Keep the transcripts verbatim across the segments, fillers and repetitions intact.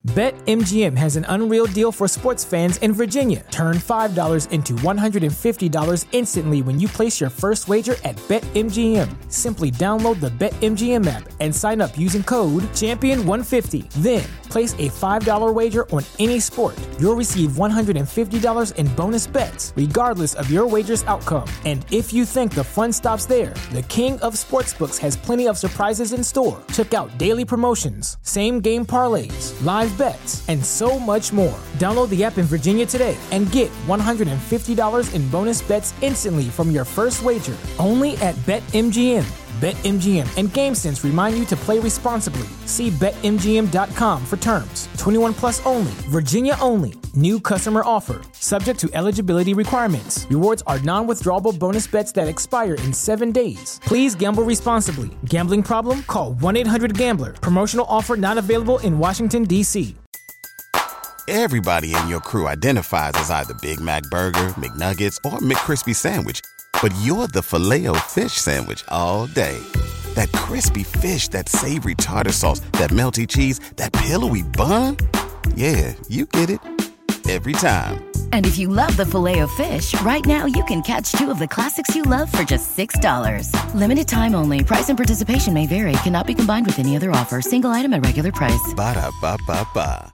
BetMGM has an unreal deal for sports fans in Virginia. Turn five dollars into one hundred fifty dollars instantly when you place your first wager at BetMGM. Simply download the BetMGM app and sign up using code champion one fifty. Then, place a five dollars wager on any sport. You'll receive one hundred fifty dollars in bonus bets, regardless of your wager's outcome. And if you think the fun stops there, the King of Sportsbooks has plenty of surprises in store. Check out daily promotions, same-game parlays, live bets, and so much more. Download the app in Virginia today and get one hundred fifty dollars in bonus bets instantly from your first wager. Only at BetMGM. BetMGM and GameSense remind you to play responsibly. See Bet M G M dot com for terms. twenty-one plus only. Virginia only. New customer offer. Subject to eligibility requirements. Rewards are non-withdrawable bonus bets that expire in seven days. Please gamble responsibly. Gambling problem? Call one eight hundred gambler. Promotional offer not available in Washington, D C Everybody in your crew identifies as either Big Mac Burger, McNuggets, or McCrispy Sandwich. But you're the Filet-O-Fish Sandwich all day. That crispy fish, that savory tartar sauce, that melty cheese, that pillowy bun. Yeah, you get it. Every time. And if you love the Filet-O-Fish, right now you can catch two of the classics you love for just six dollars. Limited time only. Price and participation may vary. Cannot be combined with any other offer. Single item at regular price. Ba-da-ba-ba-ba.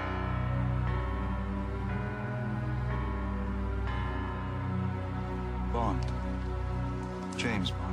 Bond. James Bond.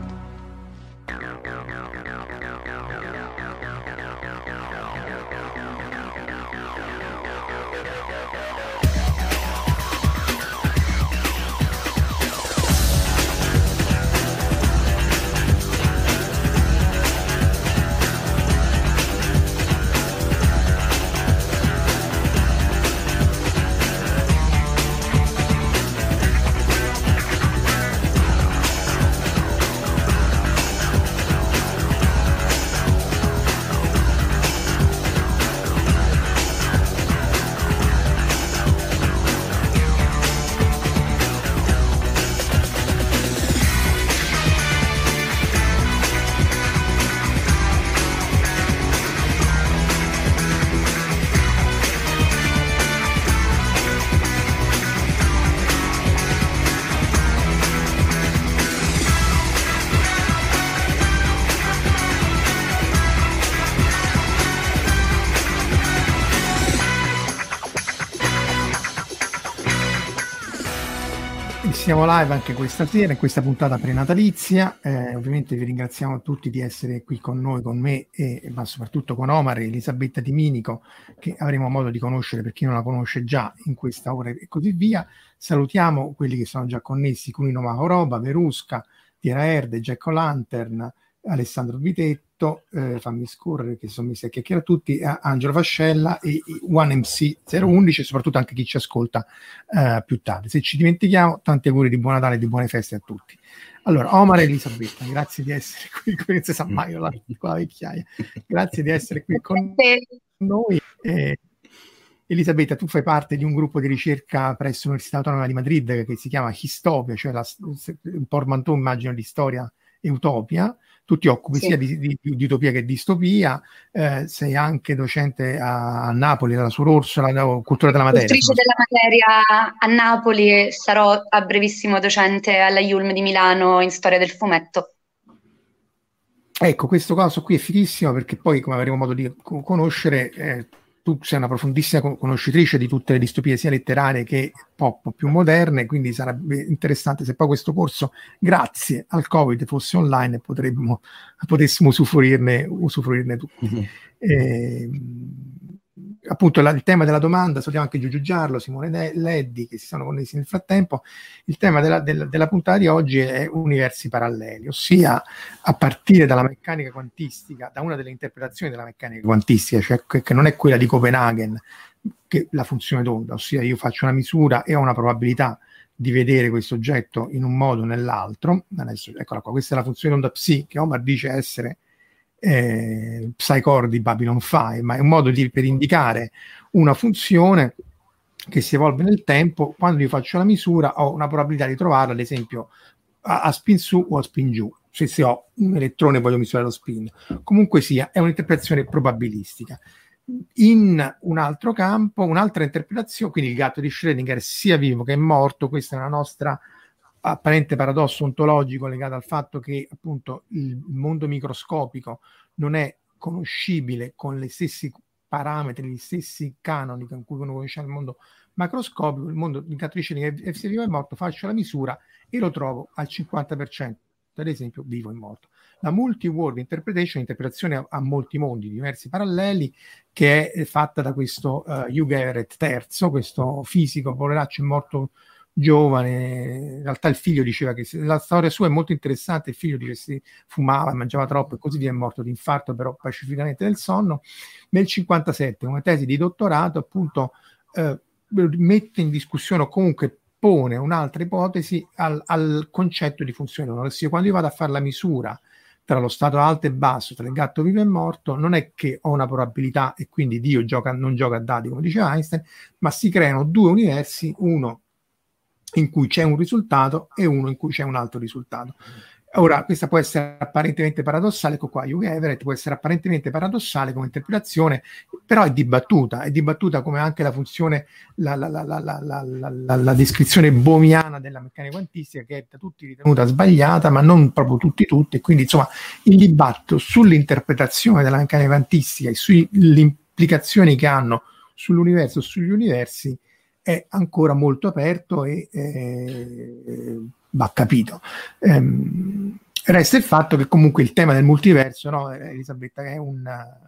Siamo live anche questa sera in questa puntata prenatalizia. Eh, ovviamente vi ringraziamo tutti di essere qui con noi, con me e ma soprattutto con Omar e Elisabetta Di Minico, che avremo modo di conoscere per chi non la conosce già in questa ora e così via. Salutiamo quelli che sono già connessi: Cunino Mahoroba, Verusca, Tiera Erde, Jack O'Lantern, Alessandro Vitetto, eh, fammi scorrere che sono messi a chiacchierare tutti, eh, Angelo Fascella e One M C zero undici e soprattutto anche chi ci ascolta eh, più tardi. Se ci dimentichiamo, tanti auguri di buon Natale e di buone feste a tutti. Allora, Omar e Elisabetta, grazie di essere qui con il San Maio, la, la vecchiaia. Grazie di essere qui con noi. Eh, Elisabetta, tu fai parte di un gruppo di ricerca presso l'Università Autonoma di Madrid che si chiama Histopia, cioè la, un portmanteau, immagino, di storia e utopia. Tu ti occupi sì. sia di, di, di utopia che di distopia, eh, sei anche docente a, a Napoli, alla Suor Orsola, no, cultura della materia. Cultrice della materia a Napoli e sarò a brevissimo docente alla I U L M di Milano in storia del fumetto. Ecco, questo caso qui è fighissimo perché poi, come avremo modo di conoscere, eh, tu sei una profondissima conoscitrice di tutte le distopie sia letterarie che pop più moderne, quindi sarebbe interessante se poi questo corso, grazie al Covid, fosse online e potremmo, potessimo usufruirne, usufruirne tutti. Mm-hmm. Eh, appunto la, il tema della domanda, salutiamo anche Giugiu Giarlo, Simone De- Leddi che si sono connessi nel frattempo. Il tema della, della, della puntata di oggi è universi paralleli, ossia a partire dalla meccanica quantistica, da una delle interpretazioni della meccanica quantistica, cioè che, che non è quella di Copenaghen, che la funzione d'onda, ossia io faccio una misura e ho una probabilità di vedere questo oggetto in un modo o nell'altro. Adesso, eccola qua, questa è la funzione d'onda psi che Omar dice essere Eh, Psycore di Babylon cinque, ma è un modo di, per indicare una funzione che si evolve nel tempo. Quando io faccio la misura ho una probabilità di trovarla, ad esempio a, a spin su o a spin giù, cioè se ho un elettrone voglio misurare lo spin. Comunque sia, è un'interpretazione probabilistica. in un altro campo, un'altra interpretazione, quindi il gatto di Schrödinger è sia vivo che morto. Questa è una nostra apparente paradosso ontologico legato al fatto che appunto il mondo microscopico non è conoscibile con gli stessi parametri, gli stessi canoni con cui uno conosce il mondo macroscopico. Il mondo di gatto di Schrödinger è sia vivo che morto, faccio la misura e lo trovo al cinquanta per cento, ad esempio vivo e morto. La multi-world interpretation, interpretazione a, a molti mondi, diversi paralleli, che è fatta da questo uh, Hugh Everett terzo, questo fisico, poveraccio, è morto giovane. In realtà il figlio diceva che la storia sua è molto interessante, il figlio dice che si fumava, mangiava troppo e così via, è morto di infarto però pacificamente del sonno. Nel cinquantasette una tesi di dottorato appunto eh, mette in discussione o comunque pone un'altra ipotesi al, al concetto di funzione uno, ossia quando io vado a fare la misura tra lo stato alto e basso, tra il gatto vivo e morto, non è che ho una probabilità e quindi Dio gioca, non gioca a dadi come diceva Einstein, ma si creano due universi, uno in cui c'è un risultato e uno in cui c'è un altro risultato. Ora, questa può essere apparentemente paradossale, ecco qua, Hugh Everett, può essere apparentemente paradossale come interpretazione, però è dibattuta, è dibattuta come anche la funzione, la, la, la, la, la, la, la, la descrizione bohmiana della meccanica quantistica, che è da tutti ritenuta sbagliata, ma non proprio tutti tutti, e quindi insomma il dibattito sull'interpretazione della meccanica quantistica e sulle implicazioni che hanno sull'universo, sugli universi, è ancora molto aperto e eh, va capito. Um, resta il fatto che comunque il tema del multiverso, no, Elisabetta, è un,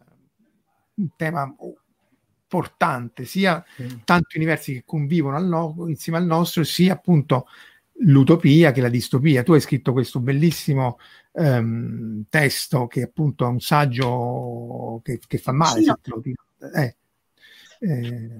un tema portante, sia mm. tanti universi che convivono al no, insieme al nostro, sia appunto l'utopia che la distopia. Tu hai scritto questo bellissimo um, testo che appunto è un saggio che, che fa male, sì, se te lo dico. Eh, eh,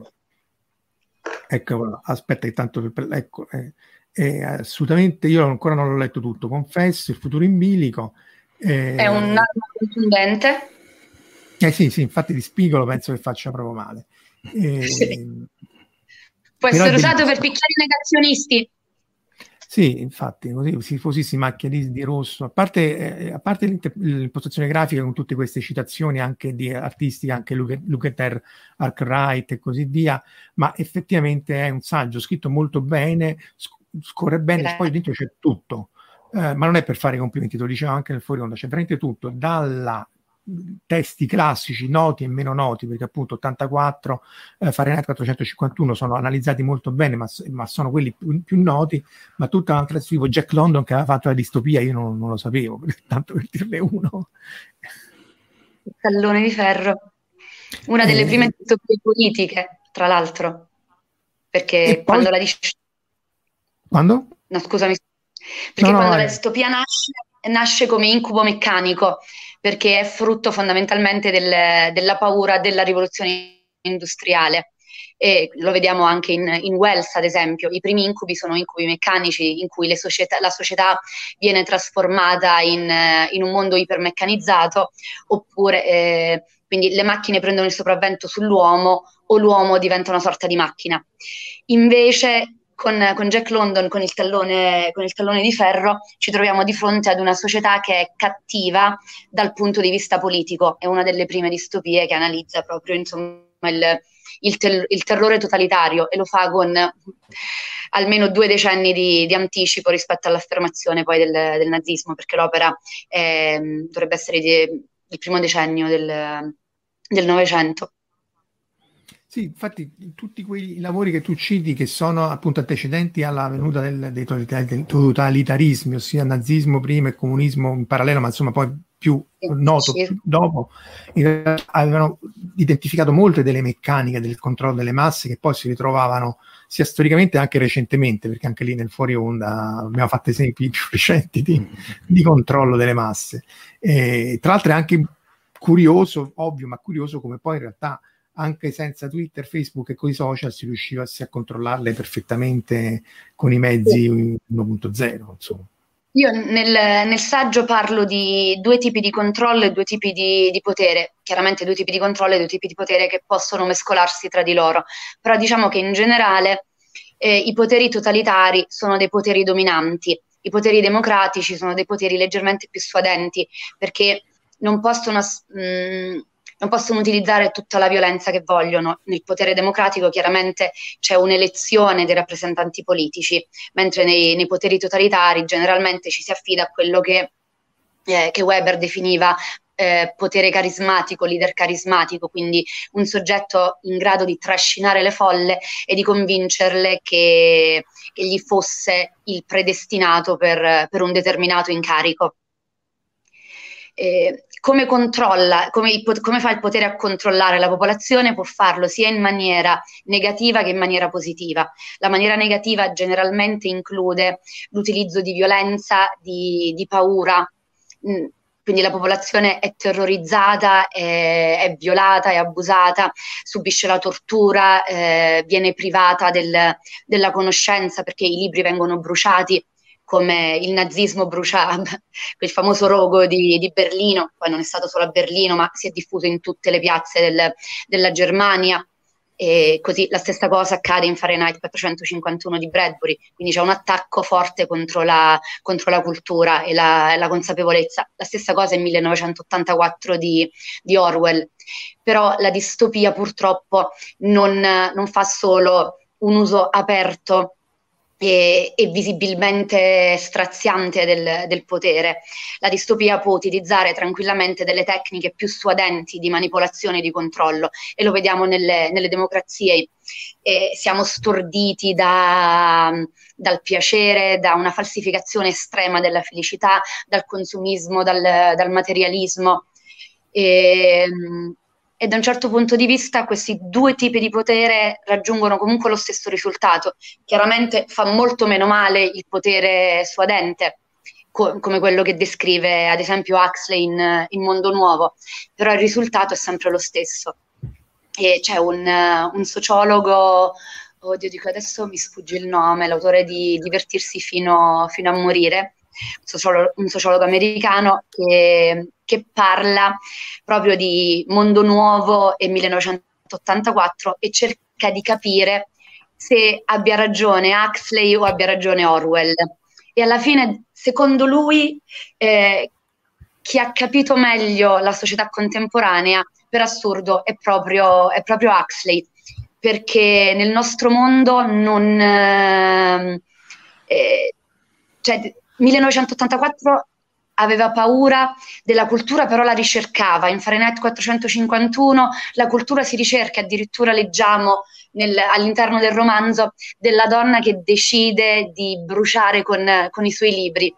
ecco, aspetta che tanto per, ecco, eh, eh, assolutamente, io ancora non l'ho letto tutto, confesso, Il futuro in bilico. Eh, è un arma contundente. Eh sì, sì, infatti di spigolo penso che faccia proprio male. Eh, sì. Può essere usato per picchiare i negazionisti. Sì, infatti, così, così si macchia di, di rosso. A parte, eh, a parte l'impostazione grafica con tutte queste citazioni anche di artistiche, anche Lukather, Arkwright e così via, ma effettivamente è un saggio scritto molto bene, sc- scorre bene, Grazie. Poi dentro c'è tutto. Eh, ma non è per fare i complimenti, te lo dicevo anche nel fuori onda, c'è veramente tutto, dalla testi classici noti e meno noti, perché appunto ottantaquattro, eh, Fahrenheit quattrocentocinquantuno sono analizzati molto bene, ma, ma sono quelli più, più noti, ma tutta un'altra tipo Jack London che aveva fatto la distopia, io non, non lo sapevo, tanto per dirne uno. Il tallone di ferro, una delle eh, prime distopie politiche, tra l'altro, perché quando poi, la dis- quando? No, scusami, perché no, quando no, la distopia nasce, nasce come incubo meccanico, perché è frutto fondamentalmente del, della paura della rivoluzione industriale. E lo vediamo anche in, in Wells, ad esempio. I primi incubi sono incubi meccanici in cui le società, la società viene trasformata in, in un mondo ipermeccanizzato, oppure eh, quindi le macchine prendono il sopravvento sull'uomo o l'uomo diventa una sorta di macchina. Invece Con, con Jack London, con il, tallone, con il tallone di ferro, ci troviamo di fronte ad una società che è cattiva dal punto di vista politico. È una delle prime distopie che analizza proprio insomma, il, il, tel- il terrore totalitario, e lo fa con almeno due decenni di, di anticipo rispetto all'affermazione poi del, del nazismo, perché l'opera è, dovrebbe essere di, il primo decennio del, del Novecento. Sì, infatti tutti quei lavori che tu citi che sono appunto antecedenti alla venuta del, dei totalitarismi, ossia nazismo prima e comunismo in parallelo, ma insomma poi più noto più dopo, avevano identificato molte delle meccaniche del controllo delle masse che poi si ritrovavano sia storicamente che anche recentemente, perché anche lì nel fuori onda abbiamo fatto esempi più recenti di, di controllo delle masse. E, tra l'altro è anche curioso, ovvio, ma curioso come poi in realtà anche senza Twitter, Facebook e con i social si riusciva a controllarle perfettamente con i mezzi uno punto zero, insomma. Io nel, nel saggio parlo di due tipi di controllo e due tipi di, di potere, chiaramente due tipi di controllo e due tipi di potere che possono mescolarsi tra di loro, però diciamo che in generale eh, i poteri totalitari sono dei poteri dominanti, i poteri democratici sono dei poteri leggermente più suadenti, perché non possono... Mh, non possono utilizzare tutta la violenza che vogliono. Nel potere democratico chiaramente c'è un'elezione dei rappresentanti politici, mentre nei, nei poteri totalitari generalmente ci si affida a quello che, eh, che Weber definiva eh, potere carismatico, leader carismatico, quindi un soggetto in grado di trascinare le folle e di convincerle che, che gli fosse il predestinato per, per un determinato incarico. Eh, come controlla, come, il, come fa il potere a controllare la popolazione? Può farlo sia in maniera negativa che in maniera positiva. La maniera negativa generalmente include l'utilizzo di violenza, di, di paura, mh, quindi la popolazione è terrorizzata, è, è violata, è abusata, subisce la tortura, eh, viene privata del, della conoscenza perché i libri vengono bruciati, come il nazismo brucia quel famoso rogo di, di Berlino. Poi non è stato solo a Berlino, ma si è diffuso in tutte le piazze del, della Germania, e così la stessa cosa accade in Fahrenheit quattrocentocinquantuno di Bradbury, quindi c'è un attacco forte contro la, contro la cultura e la, la consapevolezza. La stessa cosa in millenovecentottantaquattro di, di Orwell, però la distopia purtroppo non, non fa solo un uso aperto e, e visibilmente straziante del, del potere. La distopia può utilizzare tranquillamente delle tecniche più suadenti di manipolazione e di controllo, e lo vediamo nelle, nelle democrazie. E siamo storditi da, dal piacere, da una falsificazione estrema della felicità, dal consumismo, dal, dal materialismo. E, E da un certo punto di vista questi due tipi di potere raggiungono comunque lo stesso risultato. Chiaramente fa molto meno male il potere suadente, co- come quello che descrive ad esempio Huxley in, in Mondo Nuovo, però il risultato è sempre lo stesso. E c'è un, un sociologo, oddio dico adesso mi sfugge il nome, l'autore di Divertirsi fino, fino a morire, un sociologo, un sociologo americano che, che parla proprio di Mondo Nuovo e millenovecentottantaquattro e cerca di capire se abbia ragione Huxley o abbia ragione Orwell. E alla fine, secondo lui, eh, chi ha capito meglio la società contemporanea, per assurdo, è proprio, è proprio Huxley, perché nel nostro mondo non... Eh, eh, cioè, millenovecentottantaquattro aveva paura della cultura, però la ricercava. In Fahrenheit quattrocentocinquantuno la cultura si ricerca, addirittura leggiamo nel, all'interno del romanzo della donna che decide di bruciare con, con i suoi libri.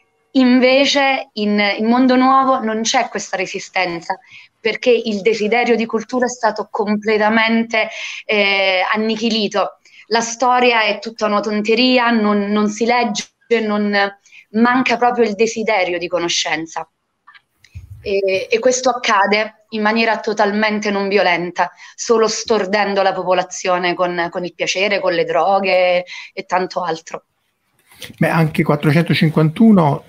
Invece in, in Mondo Nuovo non c'è questa resistenza, perché il desiderio di cultura è stato completamente eh, annichilito. La storia è tutta una tonteria, non, non si legge, non manca proprio il desiderio di conoscenza. E, e questo accade in maniera totalmente non violenta, solo stordendo la popolazione con, con il piacere, con le droghe e tanto altro. Beh, anche quattrocentocinquantuno,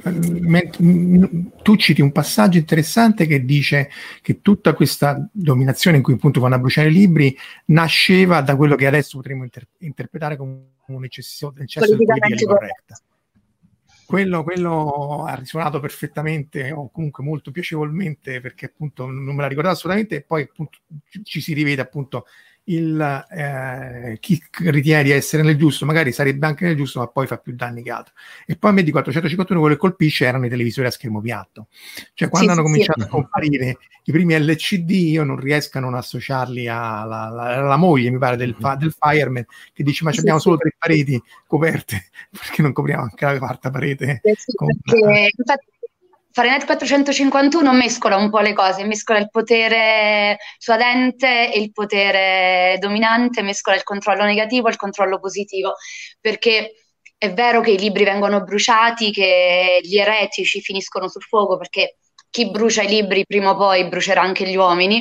tu citi un passaggio interessante che dice che tutta questa dominazione in cui appunto vanno a bruciare i libri nasceva da quello che adesso potremmo inter- interpretare come un eccesso, eccesso di politica corretta. Quello, quello ha risuonato perfettamente, o comunque molto piacevolmente, perché appunto non me la ricordavo assolutamente, e poi appunto ci si rivede appunto il eh, chi ritiene di essere nel giusto magari sarebbe anche nel giusto, ma poi fa più danni che altro. E poi a me di quattrocentocinquantuno quello che colpisce erano i televisori a schermo piatto, cioè quando sì, hanno sì, cominciato sì. a comparire i primi L C D, io non riesco a non associarli alla, alla, alla moglie, mi pare, del, mm-hmm. del fireman, che dice ma sì, abbiamo sì. solo tre pareti coperte, perché non copriamo anche la quarta parete? Sì, perché, infatti Fahrenheit quattrocentocinquantuno mescola un po' le cose, mescola il potere suadente e il potere dominante, mescola il controllo negativo e il controllo positivo, perché è vero che i libri vengono bruciati, che gli eretici finiscono sul fuoco, perché chi brucia i libri prima o poi brucerà anche gli uomini,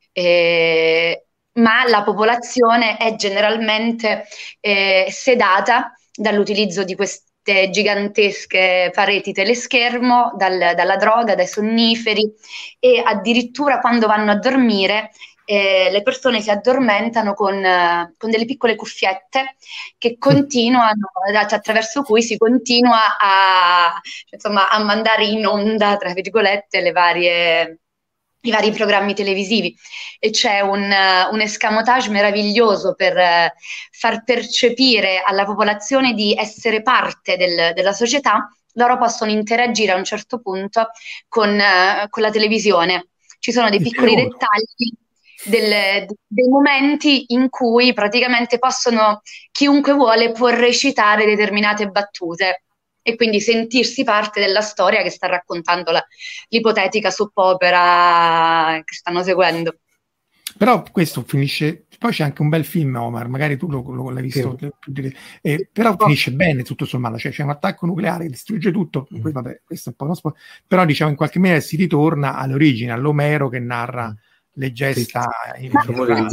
eh, ma la popolazione è generalmente eh, sedata dall'utilizzo di questi gigantesche pareti teleschermo, dal, dalla droga, dai sonniferi, e addirittura quando vanno a dormire eh, le persone si addormentano con, uh, con delle piccole cuffiette che continuano, attraverso cui si continua a, insomma, a mandare in onda, tra virgolette, le varie i vari programmi televisivi, e c'è un, uh, un escamotage meraviglioso per uh, far percepire alla popolazione di essere parte del, della società. Loro possono interagire a un certo punto con, uh, con la televisione. Ci sono dei piccoli dettagli, del, dei momenti in cui praticamente possono, chiunque vuole può recitare determinate battute e quindi sentirsi parte della storia che sta raccontando la, l'ipotetica soap opera che stanno seguendo. Però questo finisce, poi c'è anche un bel film, Omar, magari tu lo, lo l'hai visto, sì. eh, però finisce bene tutto sommato, cioè c'è un attacco nucleare che distrugge tutto, mm. poi, vabbè, questo è un po' uno spo- però diciamo in qualche maniera si ritorna all'origine, all'Omero che narra le gesta. Sì. In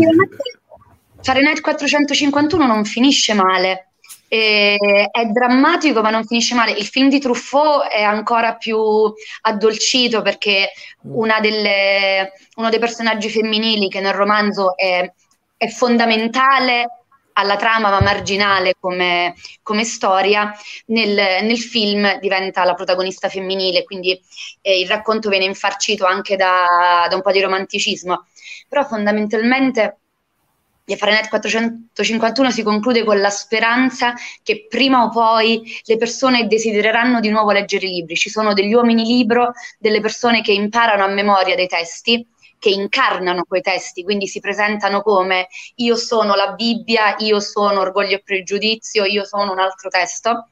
Fahrenheit quattrocentocinquantuno non finisce male. E è drammatico ma non finisce male. Il film di Truffaut è ancora più addolcito perché una delle, uno dei personaggi femminili che nel romanzo è, è fondamentale alla trama ma marginale come, come storia, nel, nel film diventa la protagonista femminile, quindi eh, il racconto viene infarcito anche da, da un po' di romanticismo, però fondamentalmente Fahrenheit quattrocentocinquantuno si conclude con la speranza che prima o poi le persone desidereranno di nuovo leggere i libri. Ci sono degli uomini libro, delle persone che imparano a memoria dei testi, che incarnano quei testi, quindi si presentano come io sono la Bibbia, io sono Orgoglio e Pregiudizio, io sono un altro testo.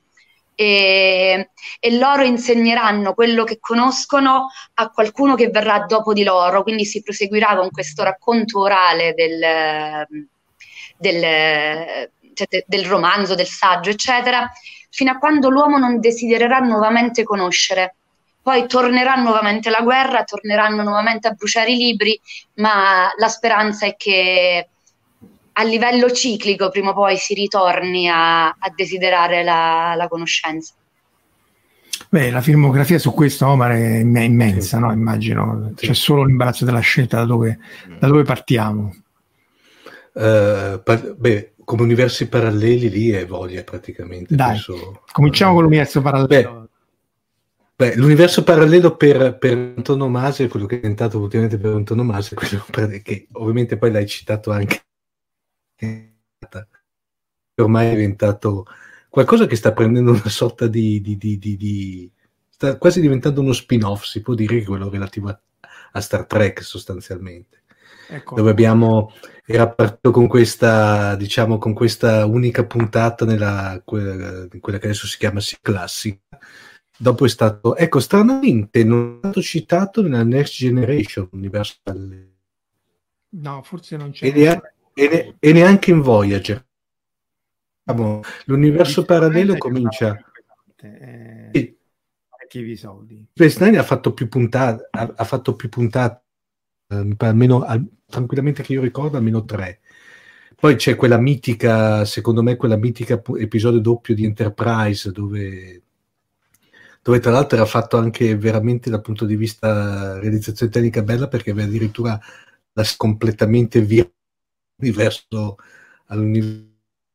E, e loro insegneranno quello che conoscono a qualcuno che verrà dopo di loro, quindi si proseguirà con questo racconto orale del, del, cioè del romanzo, del saggio, eccetera, fino a quando l'uomo non desidererà nuovamente conoscere. Poi tornerà nuovamente la guerra, torneranno nuovamente a bruciare i libri, ma la speranza è che a livello ciclico prima o poi si ritorni a, a desiderare la, la conoscenza. Beh, la filmografia su questo, Omar, è immensa, no? Immagino, sì. C'è solo l'imbarazzo della scelta da dove, da dove partiamo. Uh, par- beh, come universi paralleli lì è voglia praticamente. Dai, penso... cominciamo con l'universo parallelo. Beh, Beh, l'universo parallelo per, per antonomasia, quello che è diventato ultimamente per antonomasia, quello per, che ovviamente poi l'hai citato anche, ormai è diventato qualcosa che sta prendendo una sorta di, di, di, di, di sta quasi diventando uno spin-off, si può dire, quello relativo a, a Star Trek sostanzialmente, ecco. Dove abbiamo era partito con questa, diciamo, con questa unica puntata nella quella, quella che adesso si chiama C-Classic. Dopo è stato, ecco, stranamente non è stato citato nella Next Generation Universal, no, forse non c'è, e, ne, e, ne, e neanche in Voyager. L'universo parallelo comincia eh, sì. Episodi. Space Nine ha fatto più puntate, ha, ha fatto più puntate, eh, almeno al, tranquillamente che io ricordo almeno tre. Poi c'è quella mitica, secondo me quella mitica episodio doppio di Enterprise dove dove tra l'altro era fatto anche veramente dal punto di vista realizzazione tecnica bella, perché aveva addirittura la completamente via diverso all'universo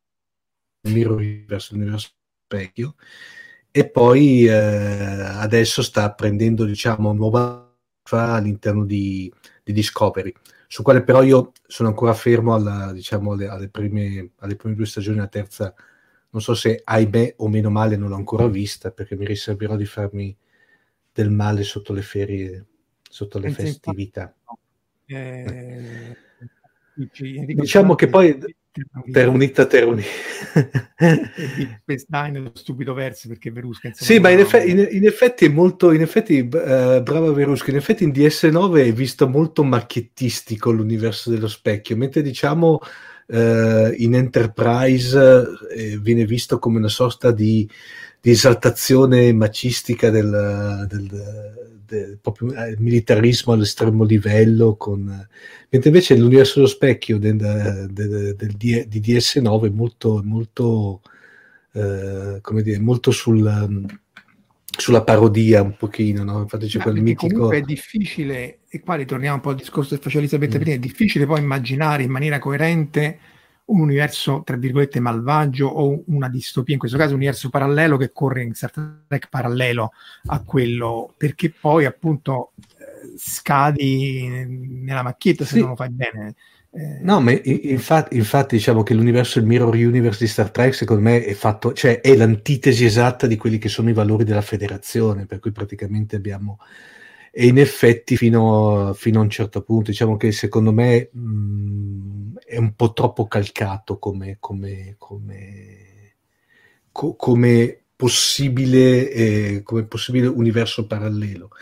verso l'universo specchio, e poi eh, adesso sta prendendo, diciamo, nuova all'interno di, di Discovery, su quale però io sono ancora fermo alla, diciamo, alle, alle, prime, alle prime due stagioni. La terza non so se, ahimè o meno male, non l'ho ancora vista, perché mi riserverò di farmi del male sotto le ferie, sotto le festività. Eh, diciamo che poi Terunita Teruni Space Nine lo stupido verso, perché Verusca, insomma, sì, ma in, effe- in, in effetti è molto, in effetti uh, brava Verusca, in effetti in D S nove è visto molto macchiettistico l'universo dello specchio, mentre diciamo Uh, in Enterprise eh, viene visto come una sorta di, di esaltazione macistica del, del, del proprio eh, militarismo all'estremo livello, con, mentre invece l'universo dello specchio del, del, del, del, di D S nove è molto, molto, uh, come dire, molto sul, um, sulla parodia un pochino, no? Infatti c'è quel mitico... Comunque è difficile, e qua ritorniamo un po' al discorso che faceva Elisabetta prima, mm. è difficile poi immaginare in maniera coerente un universo tra virgolette malvagio o una distopia, in questo caso un universo parallelo che corre in Star Trek parallelo a quello, perché poi appunto eh, scadi nella macchietta se sì. non lo fai bene. Eh, no, ma infatti, infatti diciamo che l'universo, il Mirror Universe di Star Trek secondo me è fatto, cioè è l'antitesi esatta di quelli che sono i valori della federazione, per cui praticamente abbiamo, e in effetti fino, fino a un certo punto diciamo che secondo me mh, è un po' troppo calcato come come, come, co, come possibile eh, come possibile universo parallelo.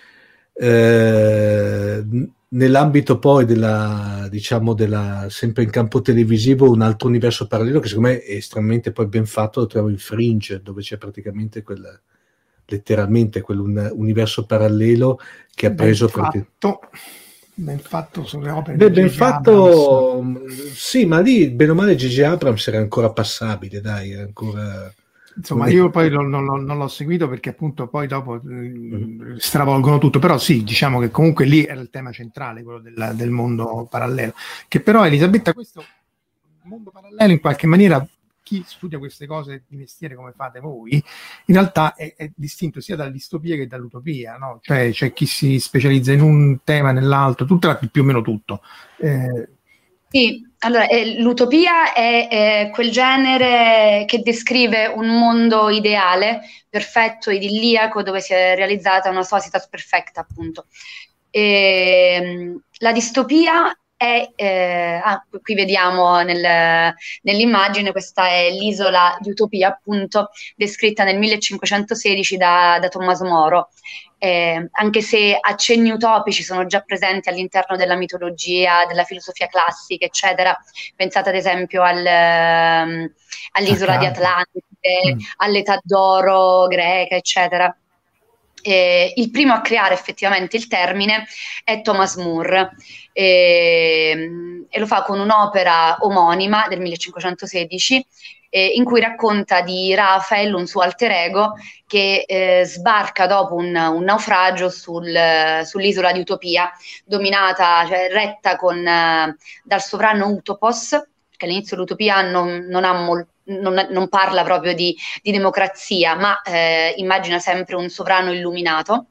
Eh, nell'ambito poi della, diciamo, della, sempre in campo televisivo, un altro universo parallelo che secondo me è estremamente poi ben fatto lo troviamo in Fringe, dove c'è praticamente quel, letteralmente quell'universo parallelo che ha ben preso fatto, ben fatto sulle opere Beh, di ben J J fatto Abrams. Sì, ma lì bene o male J J Abrams era ancora passabile, dai, era ancora. Insomma, io poi non, non, non l'ho seguito perché appunto poi dopo mm. stravolgono tutto, però sì, diciamo che comunque lì era il tema centrale, quello del, del mondo parallelo, che però Elisabetta, questo mondo parallelo in qualche maniera, chi studia queste cose di mestiere come fate voi, in realtà è, è distinto sia dalla distopia che dall'utopia, no? Cioè c'è chi si specializza in un tema, nell'altro, tutto, più o meno tutto. Eh, Sì, allora eh, l'utopia è eh, quel genere che descrive un mondo ideale, perfetto, idilliaco, dove si è realizzata una societas perfecta, appunto. E, la distopia è, eh, ah, qui vediamo nel, nell'immagine, questa è l'isola di Utopia, appunto, descritta nel millecinquecentosedici da, da Tommaso Moro. Eh, anche se accenni utopici sono già presenti all'interno della mitologia, della filosofia classica, eccetera. Pensate ad esempio al, um, all'isola di Atlantide, mm. all'età d'oro greca, eccetera. Eh, il primo a creare effettivamente il termine è Thomas More, eh, e lo fa con un'opera omonima del millecinquecentosedici, eh, in cui racconta di Raphael, un suo alter ego, che eh, sbarca dopo un, un naufragio sul, sull'isola di Utopia, dominata, cioè retta con, uh, dal sovrano Utopos, perché all'inizio l'Utopia non, non ha molto Non, non parla proprio di, di democrazia, ma eh, immagina sempre un sovrano illuminato,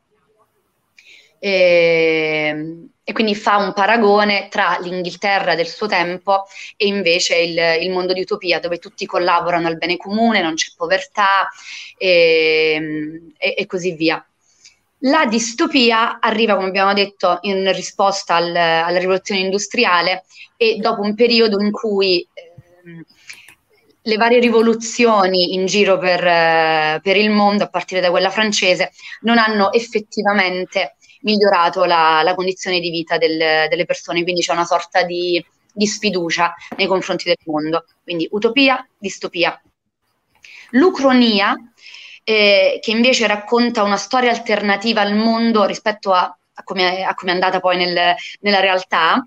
e, e quindi fa un paragone tra l'Inghilterra del suo tempo e invece il, il mondo di Utopia, dove tutti collaborano al bene comune, non c'è povertà e, e, e così via. La distopia arriva, come abbiamo detto, in risposta al, alla rivoluzione industriale e dopo un periodo in cui eh, le varie rivoluzioni in giro per, eh, per il mondo, a partire da quella francese, non hanno effettivamente migliorato la, la condizione di vita del, delle persone, quindi c'è una sorta di, di sfiducia nei confronti del mondo. Quindi utopia, distopia. L'ucronia, eh, che invece racconta una storia alternativa al mondo rispetto a, a come a come è andata poi nel, nella realtà,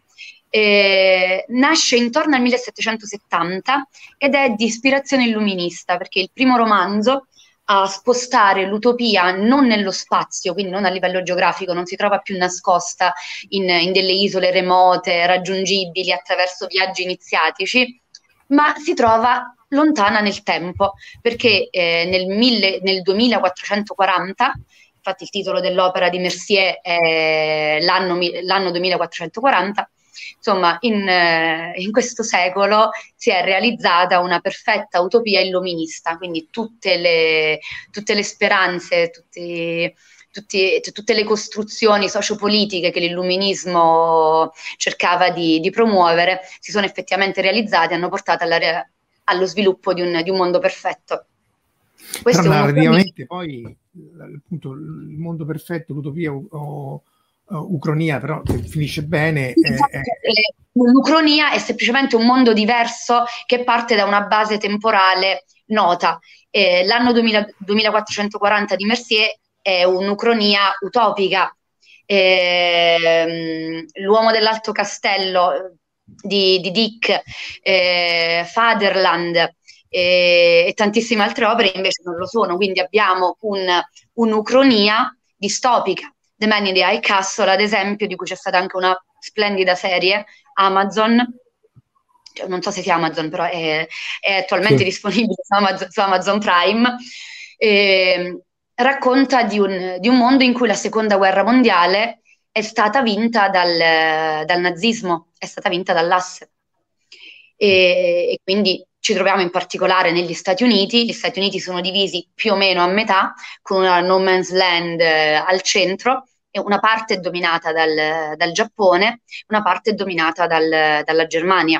Eh, nasce intorno al millesettecentosettanta ed è di ispirazione illuminista, perché è il primo romanzo a spostare l'utopia non nello spazio, quindi non a livello geografico, non si trova più nascosta in, in delle isole remote, raggiungibili attraverso viaggi iniziatici, ma si trova lontana nel tempo, perché eh, nel, mille, nel duemilaquattrocentoquaranta, infatti il titolo dell'opera di Mercier è l'anno, l'anno duemilaquattrocentoquaranta, insomma, in, eh, in questo secolo si è realizzata una perfetta utopia illuminista, quindi tutte le, tutte le speranze, tutti, tutti, tutte le costruzioni sociopolitiche che l'illuminismo cercava di, di promuovere si sono effettivamente realizzate e hanno portato alla, allo sviluppo di un, di un mondo perfetto. Questo Però narrativamente poi appunto, il mondo perfetto, l'utopia o Uh, Ucronia, però se finisce bene esatto, è, è... l'Ucronia è semplicemente un mondo diverso che parte da una base temporale nota. Eh, l'anno duemila, duemilaquattrocentoquaranta di Mercier è un'Ucronia utopica. Eh, l'uomo dell'Alto Castello di, di Dick, eh, Fatherland eh, e tantissime altre opere invece non lo sono, quindi abbiamo un, un'Ucronia distopica. The Man in the High Castle, ad esempio, di cui c'è stata anche una splendida serie Amazon, cioè, non so se sia Amazon, però è, è attualmente Sì. disponibile su Amazon, su Amazon Prime, e racconta di un, di un mondo in cui la seconda guerra mondiale è stata vinta dal, dal nazismo, è stata vinta dall'Asse. E, e quindi ci troviamo in particolare negli Stati Uniti. Gli Stati Uniti sono divisi più o meno a metà, con una no man's land eh, al centro, e una parte è dominata dal, dal Giappone, una parte è dominata dal, dalla Germania.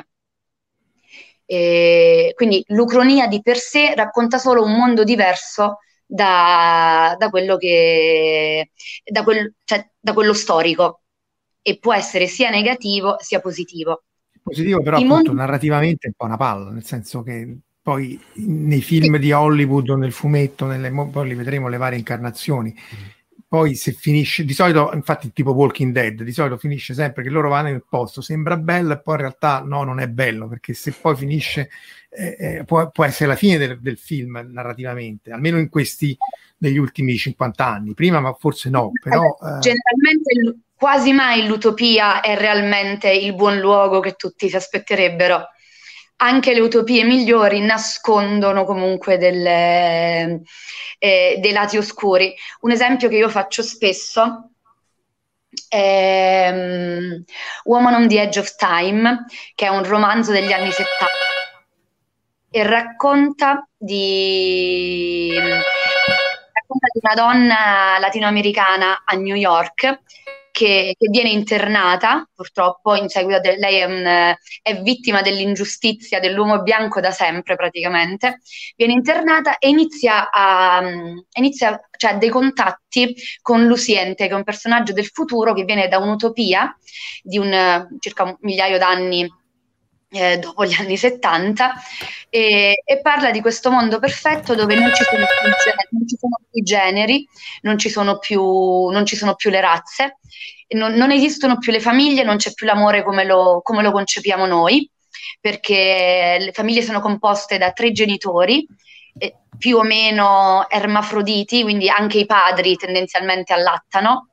E quindi l'Ucronia di per sé racconta solo un mondo diverso da, da quello che da, quel, cioè, da quello storico, e può essere sia negativo sia positivo. Positivo, però I appunto mondi... narrativamente è un po' una palla, nel senso che poi nei film di Hollywood o nel fumetto, nelle, poi li vedremo le varie incarnazioni. Poi se finisce, di solito, infatti tipo Walking Dead, di solito finisce sempre che loro vanno nel posto, sembra bello e poi in realtà no, non è bello, perché se poi finisce eh, eh, può, può essere la fine del, del film narrativamente, almeno in questi, negli ultimi cinquanta anni, prima ma forse no, però... Eh... Generalmente quasi mai l'utopia è realmente il buon luogo che tutti si aspetterebbero. Anche le utopie migliori nascondono comunque delle, eh, dei lati oscuri. Un esempio che io faccio spesso è um, Woman on the Edge of Time, che è un romanzo degli anni settanta e racconta di, racconta di una donna latinoamericana a New York Che, che viene internata, purtroppo, in seguito a de- lei è, un, è vittima dell'ingiustizia dell'uomo bianco da sempre praticamente, viene internata e inizia a inizia, cioè, dei contatti con Luciente, che è un personaggio del futuro che viene da un'utopia di un circa un migliaio d'anni eh, dopo gli anni settanta, e, e parla di questo mondo perfetto dove non ci sono più, non ci sono più generi, non ci sono più, non ci sono più le razze, non, non esistono più le famiglie, non c'è più l'amore come lo, come lo concepiamo noi, perché le famiglie sono composte da tre genitori, eh, più o meno ermafroditi, quindi anche i padri tendenzialmente allattano.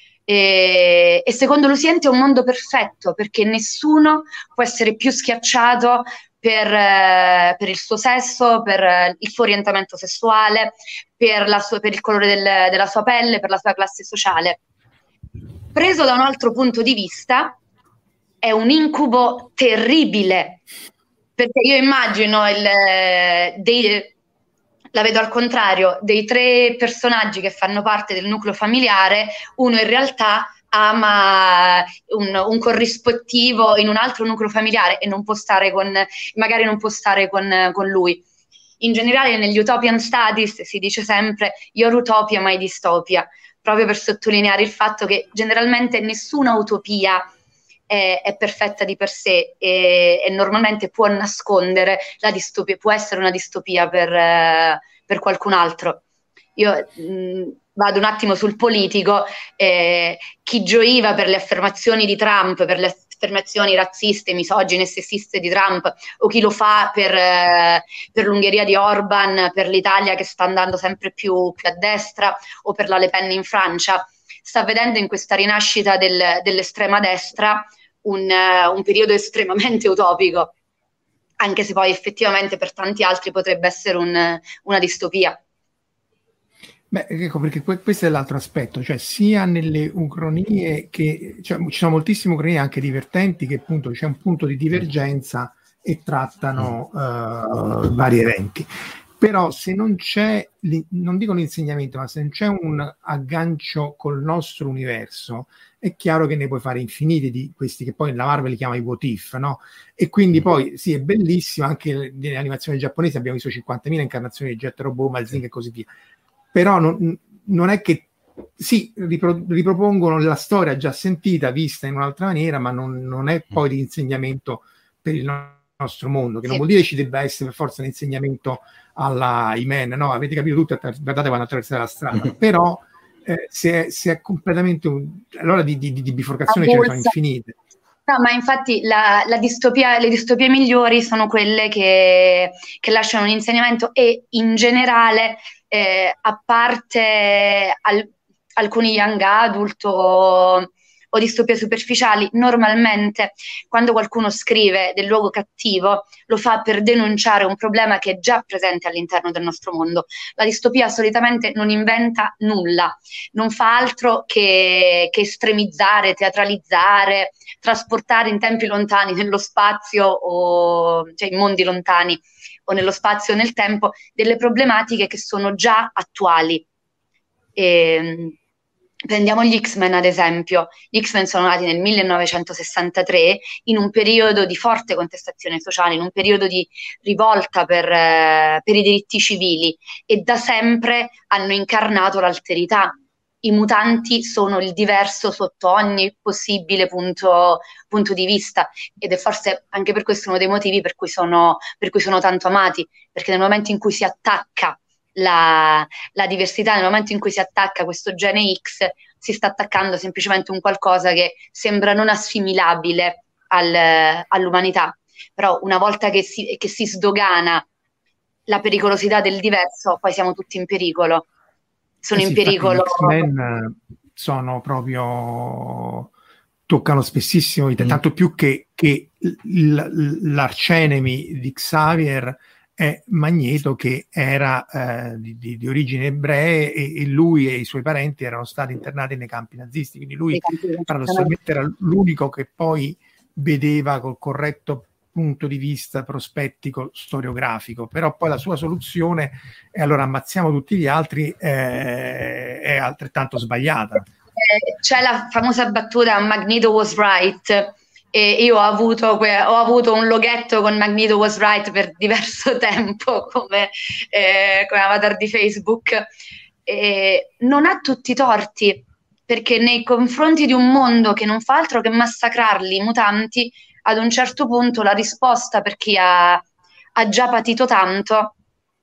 E, e secondo Luciente è un mondo perfetto, perché nessuno può essere più schiacciato per, eh, per il suo sesso, per eh, il suo orientamento sessuale, per, la sua, per il colore del, della sua pelle, per la sua classe sociale. Preso da un altro punto di vista, è un incubo terribile, perché io immagino il, dei, la vedo al contrario, dei tre personaggi che fanno parte del nucleo familiare, uno in realtà ama un, un corrispettivo in un altro nucleo familiare e non può stare con, magari non può stare con, con lui. In generale negli Utopian Studies si dice sempre your utopia, my dystopia, proprio per sottolineare il fatto che generalmente nessuna utopia è, è perfetta di per sé e, e normalmente può nascondere la distopia, può essere una distopia per, eh, per qualcun altro. Io mh, vado un attimo sul politico, eh, chi gioiva per le affermazioni di Trump, per le affermazioni razziste, misogine e sessiste di Trump, o chi lo fa per, eh, per l'Ungheria di Orban, per l'Italia che sta andando sempre più, più a destra, o per la Le Pen in Francia, sta vedendo in questa rinascita del, dell'estrema destra un, uh, un periodo estremamente utopico, anche se poi effettivamente per tanti altri potrebbe essere un, una distopia. Beh, ecco, perché questo è l'altro aspetto, cioè sia nelle ucronie che, cioè, ci sono moltissime ucronie anche divertenti che appunto c'è un punto di divergenza e trattano uh, vari eventi. Però se non c'è, non dico l'insegnamento, ma se non c'è un aggancio col nostro universo, è chiaro che ne puoi fare infiniti di questi che poi la Marvel li chiama i what if, no? E quindi poi sì, è bellissimo, anche nelle animazioni giapponesi abbiamo visto cinquantamila incarnazioni di Jet Robot, Malzing e così via. Però non, non è che sì, ripro, ripropongono la storia già sentita, vista in un'altra maniera, ma non, non è poi l'insegnamento per il nostro mondo, che non vuol dire che ci debba essere per forza l'insegnamento alla Iman, no, avete capito tutto, guardate quando attraversate la strada, però eh, se, è, se è completamente un, allora di, di, di biforcazione ce ne sono infinite. No, ma infatti la, la distopia, le distopie migliori sono quelle che, che lasciano un insegnamento e in generale, eh, a parte al, alcuni young adult o, o distopie superficiali, normalmente quando qualcuno scrive del luogo cattivo lo fa per denunciare un problema che è già presente all'interno del nostro mondo. La distopia solitamente non inventa nulla, non fa altro che, che estremizzare, teatralizzare, trasportare in tempi lontani nello spazio, o cioè in mondi lontani o nello spazio o nel tempo, delle problematiche che sono già attuali. E, prendiamo gli X-Men ad esempio. Gli X-Men sono nati nel millenovecentosessantatré, in un periodo di forte contestazione sociale, in un periodo di rivolta per, eh, per i diritti civili, e da sempre hanno incarnato l'alterità. I mutanti sono il diverso sotto ogni possibile punto, punto di vista, ed è forse anche per questo uno dei motivi per cui sono, per cui sono tanto amati, perché nel momento in cui si attacca la, la diversità, nel momento in cui si attacca questo gene X, si sta attaccando semplicemente un qualcosa che sembra non assimilabile al, all'umanità. Però una volta che si, che si sdogana la pericolosità del diverso, poi siamo tutti in pericolo. Sono eh sì, in pericolo. Gli X-Men sono proprio, toccano spessissimo, mm. tanto più che, che l'arcenemi di Xavier è Magneto, che era eh, di, di, di origini ebree, e, e lui e i suoi parenti erano stati internati nei campi nazisti, quindi lui paradossalmente era l'unico che poi vedeva col corretto punto di vista prospettico storiografico. Però poi la sua soluzione è allora ammazziamo tutti gli altri, eh, è altrettanto sbagliata. Eh, c'è la famosa battuta Magneto was right, e io ho avuto, que- ho avuto un loghetto con Magneto was right per diverso tempo come, eh, come avatar di Facebook. Eh, non ha tutti i torti, perché nei confronti di un mondo che non fa altro che massacrarli, i mutanti, ad un certo punto la risposta per chi ha, ha già patito tanto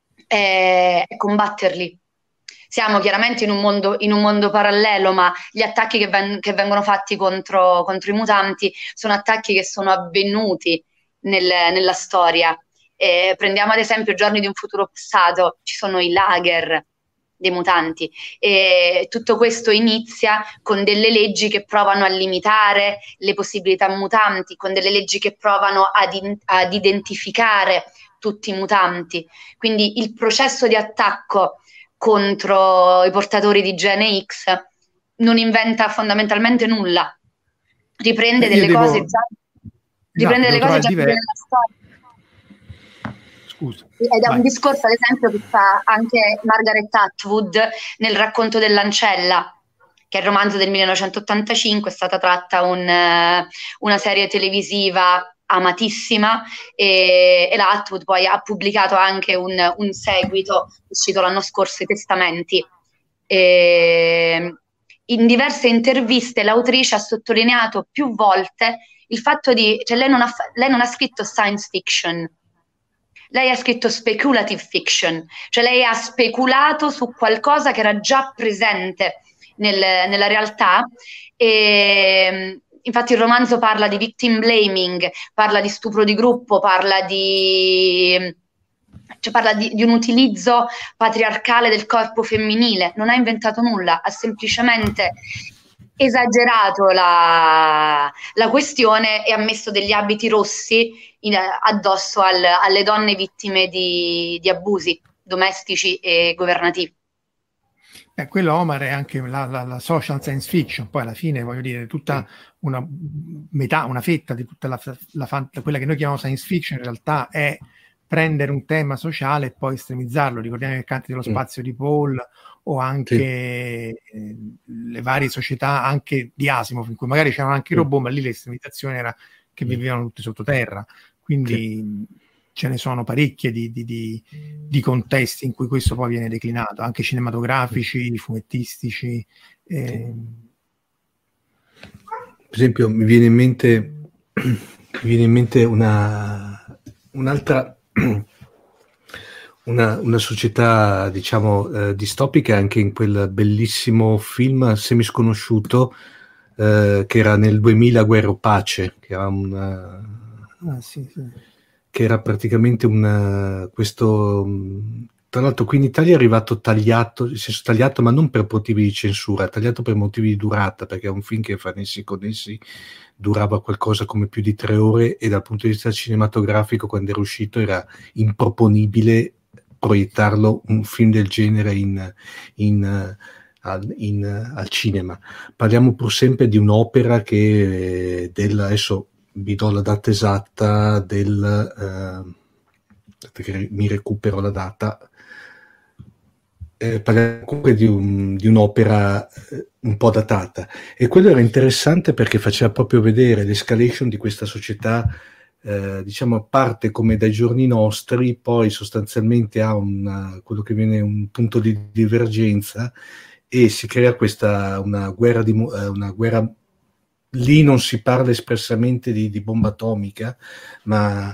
è, è combatterli. Siamo chiaramente in un mondo, in un mondo parallelo, ma gli attacchi che, ven- che vengono fatti contro, contro i mutanti sono attacchi che sono avvenuti nel, nella storia. Eh, prendiamo ad esempio Giorni di un futuro passato, ci sono i lager dei mutanti, e tutto questo inizia con delle leggi che provano a limitare le possibilità mutanti, con delle leggi che provano ad, in- ad identificare tutti i mutanti. Quindi il processo di attacco contro i portatori di gene X non inventa fondamentalmente nulla, riprende eh, delle devo... cose già riprende no, delle cose già nella storia. Scusa. Ed è vai. Un discorso, ad esempio, che fa anche Margaret Atwood nel Racconto dell'ancella, che è il romanzo del millenovecentottantacinque, è stata tratta un, una serie televisiva amatissima, e, e la Atwood poi ha pubblicato anche un, un seguito uscito l'anno scorso, I Testamenti. E in diverse interviste l'autrice ha sottolineato più volte il fatto di, cioè lei non ha, lei non ha scritto science fiction, lei ha scritto speculative fiction, cioè lei ha speculato su qualcosa che era già presente nel, nella realtà. E infatti il romanzo parla di victim blaming, parla di stupro di gruppo, parla di, cioè parla di, di un utilizzo patriarcale del corpo femminile. Non ha inventato nulla, ha semplicemente esagerato la, la questione e ha messo degli abiti rossi in, addosso al, alle donne vittime di, di abusi domestici e governativi. Eh, quello, Omar, è anche la, la, la social science fiction. Poi alla fine, voglio dire, tutta una metà, una fetta di tutta la, la fant- quella che noi chiamiamo science fiction in realtà è prendere un tema sociale e poi estremizzarlo. Ricordiamo i Canti dello spazio mm. di Paul, o anche sì. eh, le varie società anche di Asimov, in cui magari c'erano anche i robot, ma lì l'estremizzazione era che vivevano tutti sottoterra. Quindi sì. ce ne sono parecchie di, di, di, di contesti in cui questo poi viene declinato, anche cinematografici, fumettistici. Eh. Per esempio mi viene in mente, mi viene in mente una, un'altra Una, una società, diciamo, eh, distopica, anche in quel bellissimo film semisconosciuto eh, che era nel duemila, Guerra o Pace, che era una, ah, sì, sì. che era praticamente un questo tra l'altro qui in Italia è arrivato tagliato, nel senso tagliato ma non per motivi di censura, tagliato per motivi di durata, perché è un film che fa Nessi Connessi durava qualcosa come più di tre ore e dal punto di vista cinematografico quando era uscito era improponibile proiettarlo un film del genere in, in, al, in, al cinema. Parliamo pur sempre di un'opera che del, adesso vi do la data esatta del eh, che mi recupero la data. Eh, parliamo comunque di, un, di un'opera eh, un po' datata, e quello era interessante perché faceva proprio vedere l'escalation di questa società, eh, diciamo, parte come dai giorni nostri, poi sostanzialmente ha un, quello che viene un punto di divergenza e si crea questa una guerra di una guerra. Lì non si parla espressamente di, di bomba atomica, ma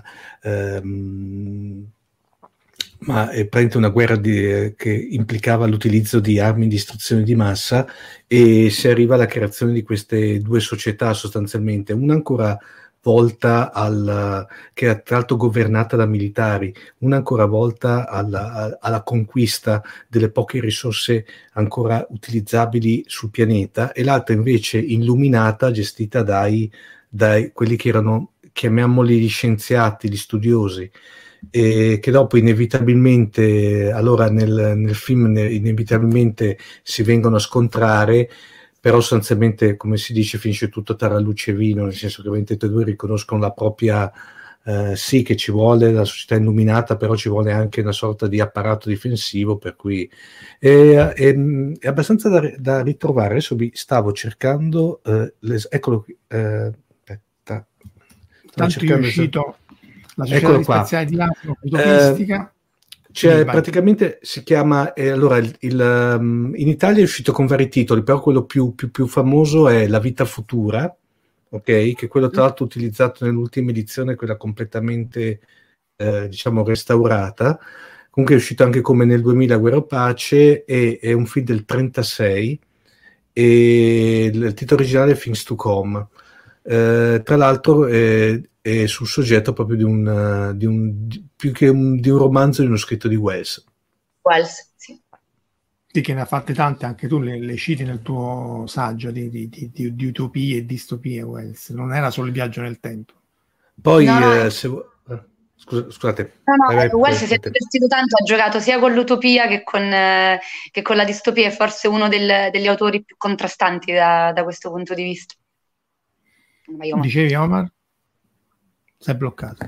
ehm, ma è praticamente una guerra di, che implicava l'utilizzo di armi di distruzione di massa, e si arriva alla creazione di queste due società sostanzialmente, una ancora volta al, che è tra l'altro governata da militari, una ancora volta alla, alla conquista delle poche risorse ancora utilizzabili sul pianeta, e l'altra invece illuminata, gestita dai, dai quelli che erano, chiamiamoli gli scienziati, gli studiosi, e che dopo inevitabilmente, allora nel, nel film inevitabilmente si vengono a scontrare, però sostanzialmente, come si dice, finisce tutto tra luce e vino, nel senso che tutti e due riconoscono la propria, eh, sì che ci vuole la società illuminata, però ci vuole anche una sorta di apparato difensivo, per cui è, è, è abbastanza da, da ritrovare. Adesso vi stavo cercando, eh, les, eccolo qui, eh, aspetta, stavo cercando è uscito la società spaziale di Laslo, utopistica. Eh, cioè, praticamente si chiama, eh, allora, il, il, um, in Italia è uscito con vari titoli, però quello più, più, più famoso è La vita futura, ok? Che è quello tra l'altro utilizzato nell'ultima edizione, quella completamente, eh, diciamo, restaurata. Comunque è uscito anche come nel duemila Guerra o Pace, e è un film del trentasei, e il titolo originale è Things to Come. Eh, tra l'altro è, è sul soggetto proprio di un, di un di, più che un, di un romanzo di uno scritto di Wells. Wells, sì. Sì, che ne ha fatte tante, anche tu le, le citi nel tuo saggio di, di, di, di, di utopie e distopie. Wells non era solo il viaggio nel tempo. Poi no, no. Eh, se, scusa, scusate, no, no, vai, vai, Wells si è divertito tanto, ha giocato sia con l'utopia che con, eh, che con la distopia, è forse uno del, degli autori più contrastanti da, da questo punto di vista. Vai, Omar. Dicevi, Omar? Sei bloccato.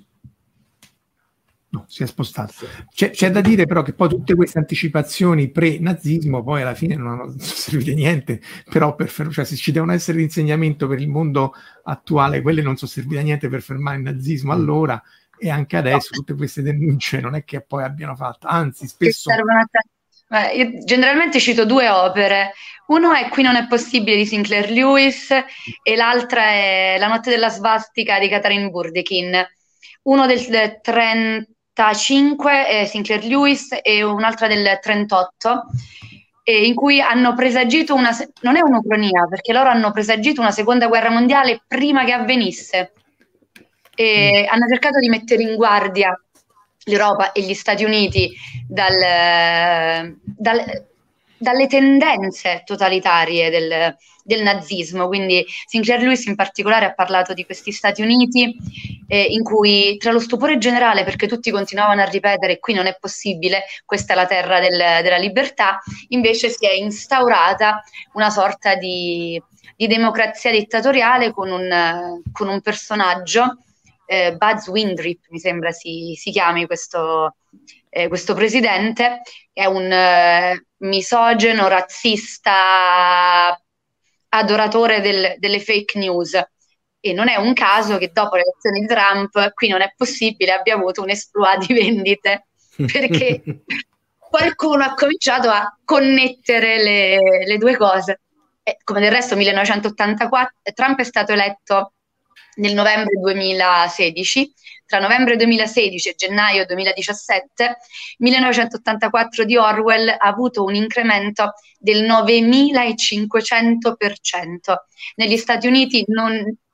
No, si è spostato. C'è, c'è da dire però che poi tutte queste anticipazioni pre-nazismo poi alla fine non hanno servito a niente, però per fer- cioè, se ci devono essere l'insegnamento per il mondo attuale, quelle non sono servite a niente per fermare il nazismo allora, e anche adesso tutte queste denunce non è che poi abbiano fatto, anzi spesso... Beh, io generalmente cito due opere. Uno è Qui non è possibile di Sinclair Lewis e l'altra è La notte della svastica di Catherine Burdekin. Uno del, del trentacinque è Sinclair Lewis e un'altra del trentotto, e in cui hanno presagito una, non è un'ucronia, perché loro hanno presagito una seconda guerra mondiale prima che avvenisse, e mm. hanno cercato di mettere in guardia l'Europa e gli Stati Uniti dal, dal, dalle tendenze totalitarie del, del nazismo. Quindi Sinclair Lewis in particolare ha parlato di questi Stati Uniti eh, in cui, tra lo stupore generale, perché tutti continuavano a ripetere qui non è possibile, questa è la terra del, della libertà, invece si è instaurata una sorta di, di democrazia dittatoriale con un, con un personaggio, Eh, Buzz Windrip mi sembra si, si chiami questo, eh, questo presidente, è un eh, misogeno, razzista, adoratore del, delle fake news, e non è un caso che dopo le elezioni di Trump qui non è possibile abbia avuto un exploit di vendite, perché qualcuno ha cominciato a connettere le, le due cose, e, come del resto millenovecentottantaquattro Trump è stato eletto nel novembre duemilasedici, tra novembre duemilasedici e gennaio duemiladiciassette, millenovecentottantaquattro di Orwell ha avuto un incremento del novemilacinquecento per cento. Negli Stati Uniti non,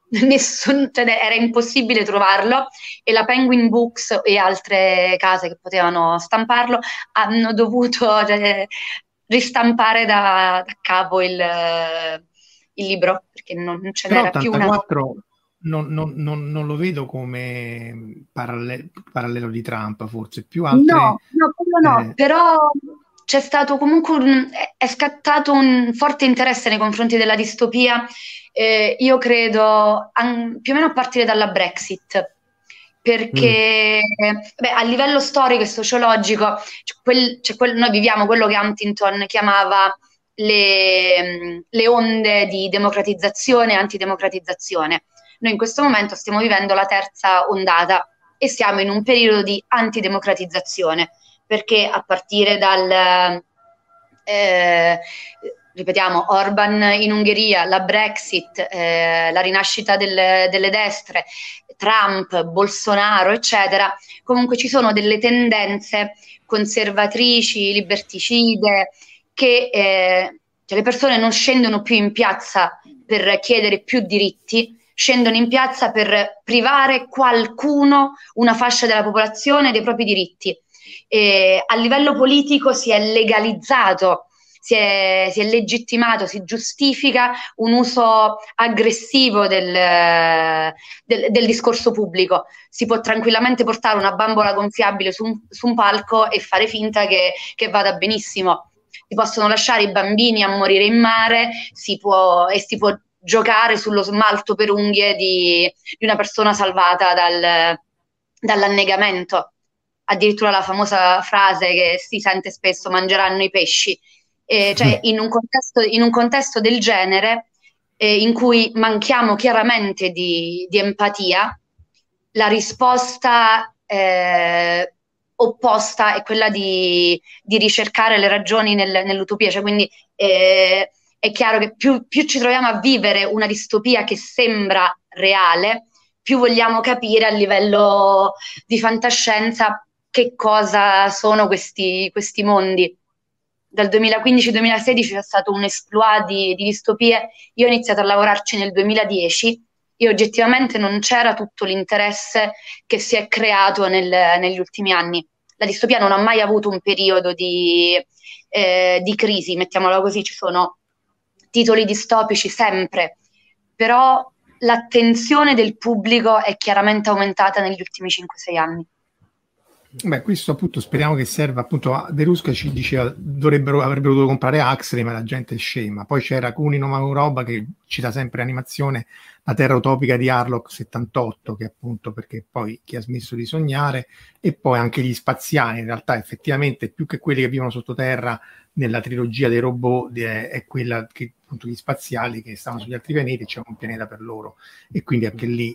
nessun, cioè, era impossibile trovarlo, e la Penguin Books e altre case che potevano stamparlo hanno dovuto cioè, ristampare da, da capo il, il libro, perché non, non ce Però n'era più una. ottantaquattro non, non, non, non lo vedo come paralle- parallelo di Trump, forse più altre. No, no, quello no, eh, però c'è stato comunque un, è, è scattato un forte interesse nei confronti della distopia, eh, io credo an- più o meno a partire dalla Brexit, perché beh, a livello storico e sociologico c'è quel, c'è quel- noi viviamo quello che Huntington chiamava le, le onde di democratizzazione e antidemocratizzazione. Noi in questo momento stiamo vivendo la terza ondata e siamo in un periodo di antidemocratizzazione, perché a partire dal, eh, ripetiamo, Orban in Ungheria, la Brexit, eh, la rinascita del, delle destre, Trump, Bolsonaro, eccetera, comunque ci sono delle tendenze conservatrici, liberticide, che eh, cioè le persone non scendono più in piazza per chiedere più diritti, scendono in piazza per privare qualcuno, una fascia della popolazione, dei propri diritti. E a livello politico si è legalizzato, si è, si è legittimato, si giustifica un uso aggressivo del, del, del discorso pubblico. Si può tranquillamente portare una bambola gonfiabile su un, su un palco e fare finta che, che vada benissimo. Si possono lasciare i bambini a morire in mare, si può, e si può giocare sullo smalto per unghie di, di una persona salvata dal, dall'annegamento. Addirittura la famosa frase che si sente spesso: mangeranno i pesci. Eh, cioè in un contesto, in un contesto del genere, eh, in cui manchiamo chiaramente di, di empatia, la risposta eh, opposta è quella di, di ricercare le ragioni nel, nell'utopia. Cioè, quindi eh, è chiaro che più, più ci troviamo a vivere una distopia che sembra reale, più vogliamo capire a livello di fantascienza che cosa sono questi, questi mondi. Dal duemilaquindici duemilasedici c'è stato un exploit di, di distopie. Io ho iniziato a lavorarci nel duemiladieci e oggettivamente non c'era tutto l'interesse che si è creato nel, negli ultimi anni. La distopia non ha mai avuto un periodo di, eh, di crisi, mettiamola così. Ci sono titoli distopici sempre, però l'attenzione del pubblico è chiaramente aumentata negli ultimi cinque sei anni. Beh, questo appunto speriamo che serva. Appunto De Rusca ci diceva dovrebbero avrebbero dovuto comprare Huxley, ma la gente è scema. Poi c'era Kunino Mauroba che cita sempre animazione, La terra utopica di Harlock settantotto, che appunto perché poi chi ha smesso di sognare, e poi anche gli spaziali. In realtà effettivamente più che quelli che vivono sottoterra nella trilogia dei robot è, è quella che appunto gli spaziali che stavano sugli altri pianeti, c'è un pianeta per loro, e quindi anche lì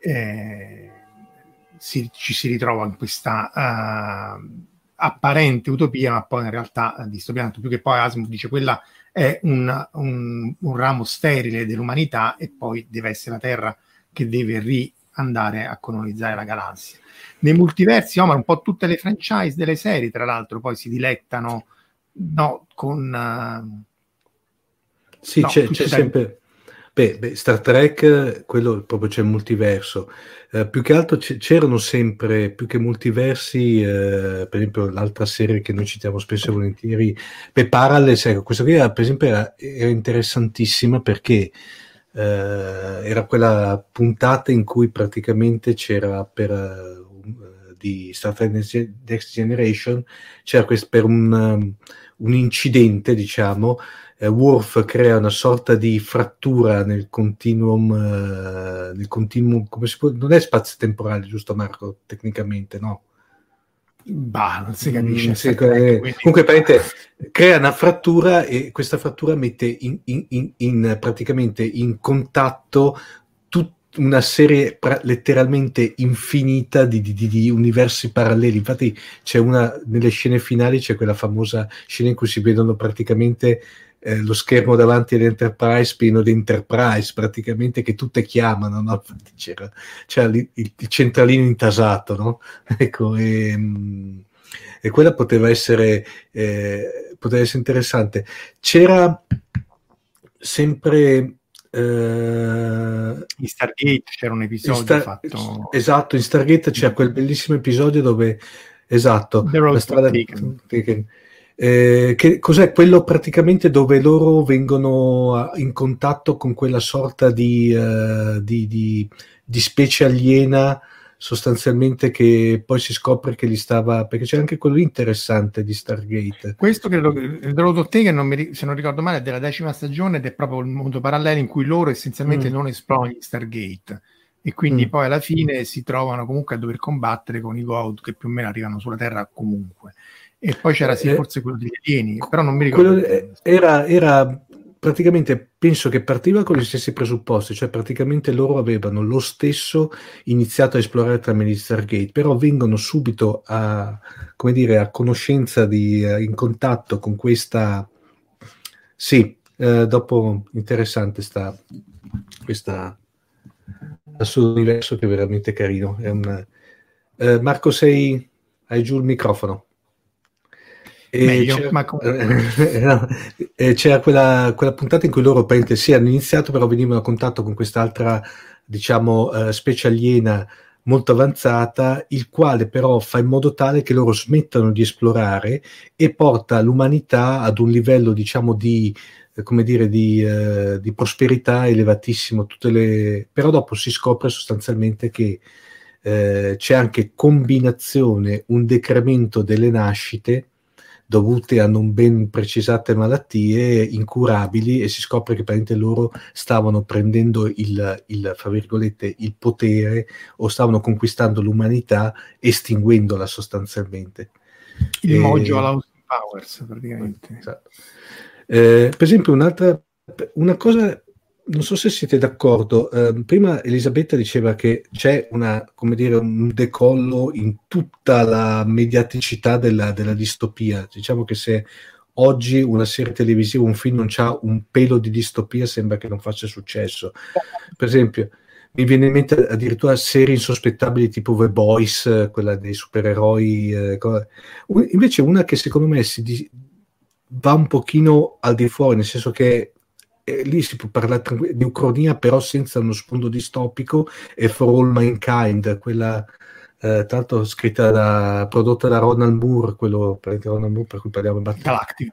eh, Si, ci si ritrova in questa uh, apparente utopia, ma poi in realtà uh, distopia, tanto più che poi Asimov dice quella è un, un, un ramo sterile dell'umanità e poi deve essere la Terra che deve riandare a colonizzare la galassia. Nei multiversi, Omar, un po' tutte le franchise delle serie, tra l'altro, poi si dilettano no, con... Uh, sì, no, c'è, c'è sempre... Beh, beh, Star Trek, quello proprio c'è il multiverso. Uh, più che altro c- c'erano sempre, più che multiversi, uh, per esempio l'altra serie che noi citiamo spesso e volentieri, beh, Parallels, ecco, questa qui era, per esempio era, era interessantissima perché uh, era quella puntata in cui praticamente c'era per uh, di Star Trek Next Generation, c'era questo, per un, um, un incidente, diciamo, Uh, Worf crea una sorta di frattura nel continuum, uh, nel continuum, come si può, non è spazio-temporale, giusto Marco, tecnicamente, no? Bah, non si capisce. Mm, sì, eh, quindi... Comunque, crea una frattura e questa frattura mette in, in, in, in praticamente in contatto tutta una serie pra- letteralmente infinita di, di, di universi paralleli. Infatti c'è una, nelle scene finali c'è quella famosa scena in cui si vedono praticamente Eh, lo schermo davanti all'Enterprise pieno di Enterprise praticamente che tutte chiamano, no? Infatti c'era, c'era il, il, il centralino intasato, no? Ecco, e, e quella poteva essere eh, poteva essere interessante. C'era sempre Uh, in Stargate c'era un episodio Star- fatto esatto, in Stargate c'è quel bellissimo episodio dove esatto The Road la strada Taken. Taken. Eh, che cos'è quello praticamente dove loro vengono in contatto con quella sorta di, uh, di, di, di specie aliena sostanzialmente, che poi si scopre che li stava, perché c'è anche quello interessante di Stargate. Questo credo che il Road Taken, non mi, se non ricordo male, è della decima stagione ed è proprio il mondo parallelo in cui loro essenzialmente mm. non esplorano Stargate e quindi mm. poi alla fine si trovano comunque a dover combattere con i Goa'uld che più o meno arrivano sulla Terra comunque. E poi c'era sì, forse quello degli alieni, però non mi ricordo. Quello era, era praticamente, penso che partiva con gli stessi presupposti, cioè praticamente loro avevano lo stesso iniziato a esplorare tramite Stargate, però vengono subito a, come dire, a conoscenza di, in contatto con questa, sì, eh, dopo interessante sta questa assurdo universo che è veramente carino. È un, eh, Marco, sei, hai giù il microfono. E Meglio, c'era, ma no, c'era quella, quella puntata in cui loro apparentemente sì hanno iniziato, però venivano a contatto con quest'altra, diciamo, uh, specie aliena molto avanzata, il quale però fa in modo tale che loro smettano di esplorare e porta l'umanità ad un livello, diciamo, di come dire, di, uh, di prosperità elevatissimo. Tutte le... Però dopo si scopre sostanzialmente che uh, c'è anche combinazione, un decremento delle nascite dovute a non ben precisate malattie incurabili, e si scopre che praticamente loro stavano prendendo il, il, fra virgolette, il potere, o stavano conquistando l'umanità estinguendola sostanzialmente. Il e... mojo alla Austin Powers praticamente. Esatto. Eh, per esempio un'altra una cosa, non so se siete d'accordo, eh, prima Elisabetta diceva che c'è una, come dire, un decollo in tutta la mediaticità della, della distopia. Diciamo che se oggi una serie televisiva, un film non c'ha un pelo di distopia, sembra che non faccia successo. Per esempio, mi viene in mente addirittura serie insospettabili tipo The Boys, quella dei supereroi. Eh, invece una che secondo me si di- va un pochino al di fuori, nel senso che eh, lì si può parlare tranqu- di ucronia, però senza uno sfondo distopico, e For All Mankind, quella eh, tra l'altro scritta da, prodotta da Ronald Moore, quello per Ronald Moore per cui parliamo di Galactic.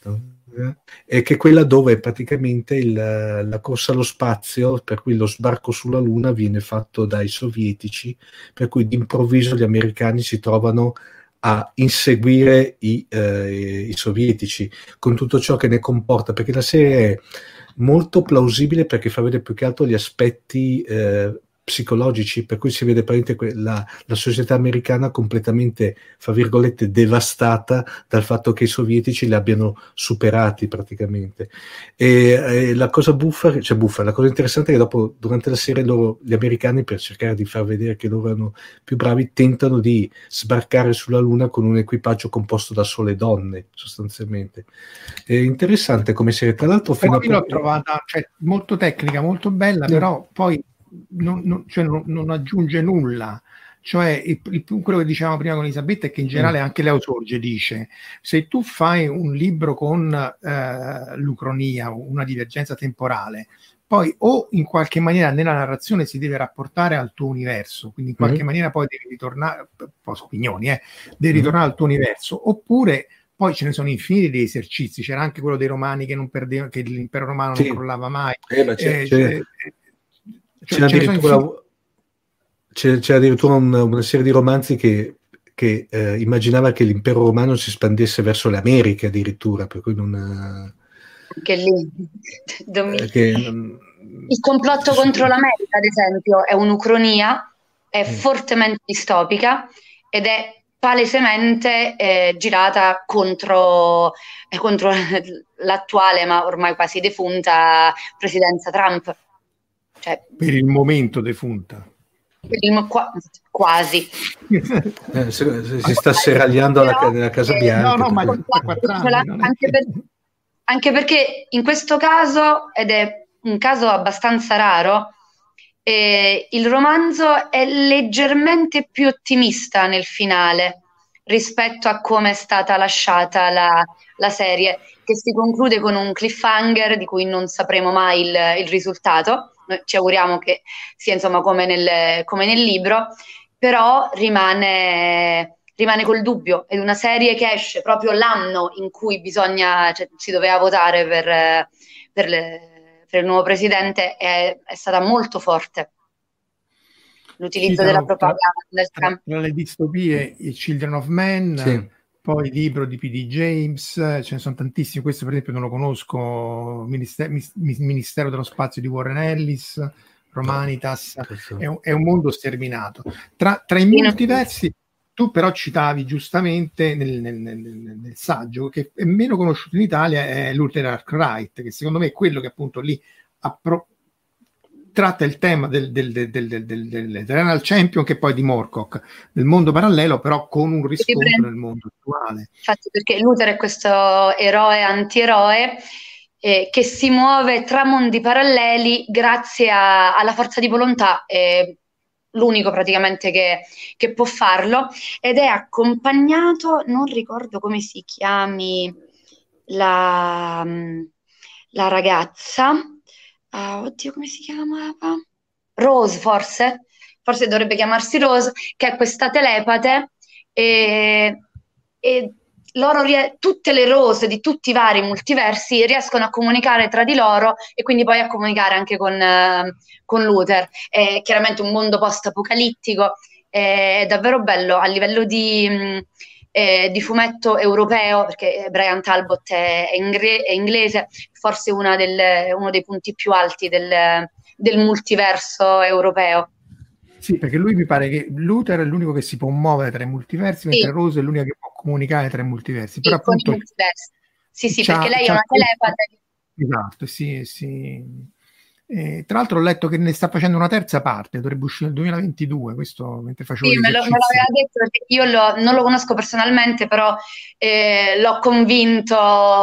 E che è quella dove praticamente il, la corsa allo spazio, per cui lo sbarco sulla Luna viene fatto dai sovietici, per cui d'improvviso gli americani si trovano a inseguire i, eh, i sovietici, con tutto ciò che ne comporta, perché la serie è molto plausibile perché fa vedere più che altro gli aspetti eh, psicologici, per cui si vede praticamente la, la società americana completamente, fra virgolette, devastata dal fatto che i sovietici li abbiano superati praticamente. E, e la cosa buffa, cioè buffa, la cosa interessante è che dopo, durante la serie, loro, gli americani, per cercare di far vedere che loro erano più bravi, tentano di sbarcare sulla Luna con un equipaggio composto da sole donne, sostanzialmente. È interessante come serie, tra l'altro fino a... l'ho trovata, cioè, molto tecnica, molto bella, no. Però poi Non, non, cioè non, non aggiunge nulla, cioè il, il, quello che dicevamo prima con Elisabetta è che in generale anche Leo Sorge dice: se tu fai un libro con eh, l'ucronia, una divergenza temporale, poi o in qualche maniera nella narrazione si deve rapportare al tuo universo, quindi in qualche mm-hmm. maniera poi devi ritornare, un po' opinioni, eh, devi ritornare mm-hmm. al tuo universo, oppure poi ce ne sono infiniti di esercizi. C'era anche quello dei romani che non perdevano, che l'impero romano sì. non crollava mai. Eh, ma c'è, eh, c'è... C'è, c'è, addirittura, c'è, c'è addirittura una, una serie di romanzi che, che eh, immaginava che l'impero romano si espandesse verso le Americhe addirittura, per cui non... Anche lì. Eh, che, non... Il complotto sì. contro l'America, ad esempio, è un'ucronia, è mm. fortemente distopica ed è palesemente eh, girata contro, eh, contro l'attuale, ma ormai quasi defunta, presidenza Trump. Cioè, per il momento defunta. Per il, qua, quasi. Eh, se, se si sta seragliando alla, nella Casa Bianca. No, no, ma quattro anni, anche, per, anche perché in questo caso, ed è un caso abbastanza raro, eh, il romanzo è leggermente più ottimista nel finale, rispetto a come è stata lasciata la, la serie, che si conclude con un cliffhanger di cui non sapremo mai il, il risultato. Noi ci auguriamo che sia insomma come nel, come nel libro, però rimane, rimane col dubbio. Ed una serie che esce proprio l'anno in cui bisogna, cioè, si doveva votare per, per, le, per il nuovo presidente è, è stata molto forte. L'utilizzo sì, della propaganda tra, tra, tra le distopie, i Children of Men, sì. Poi il libro di P D James, ce ne sono tantissimi. Questo per esempio non lo conosco, Ministero, Ministero dello Spazio di Warren Ellis, Romanitas, no, è, un, è un mondo sterminato. Tra, tra i multiversi, tu però citavi giustamente nel, nel, nel, nel saggio, che è meno conosciuto in Italia, è Luther Arkwright, che secondo me è quello che appunto lì appro- tratta il tema del, del, del, del, del, del, dell'Eternal Champion, che poi di Moorcock, del mondo parallelo, però con un riscontro nel mondo attuale. Infatti, perché Luther è questo eroe antieroe eh, che si muove tra mondi paralleli grazie a, alla forza di volontà, è l'unico praticamente che, che può farlo, ed è accompagnato, non ricordo come si chiami la, la ragazza, Uh, oddio, come si chiamava? Rose, forse? Forse dovrebbe chiamarsi Rose, che è questa telepate e, e loro rie- tutte le Rose di tutti i vari multiversi riescono a comunicare tra di loro e quindi poi a comunicare anche con, uh, con Luther. È chiaramente un mondo post-apocalittico, è davvero bello a livello di... Mh, Eh, di fumetto europeo, perché Brian Talbot è, è, ingre- è inglese, forse una del, uno dei punti più alti del, del multiverso europeo. Sì, perché lui mi pare che Luther è l'unico che si può muovere tra i multiversi, sì. Mentre Rose è l'unica che può comunicare tra i multiversi. Sì, però appunto multiversi. Sì, sì, perché lei è una telepate. Esatto, sì, sì. Eh, tra l'altro ho letto che ne sta facendo una terza parte, dovrebbe uscire nel duemilaventidue, questo mentre facevo sì, me lo, me l'aveva detto, perché io lo, non lo conosco personalmente, però eh, l'ho convinto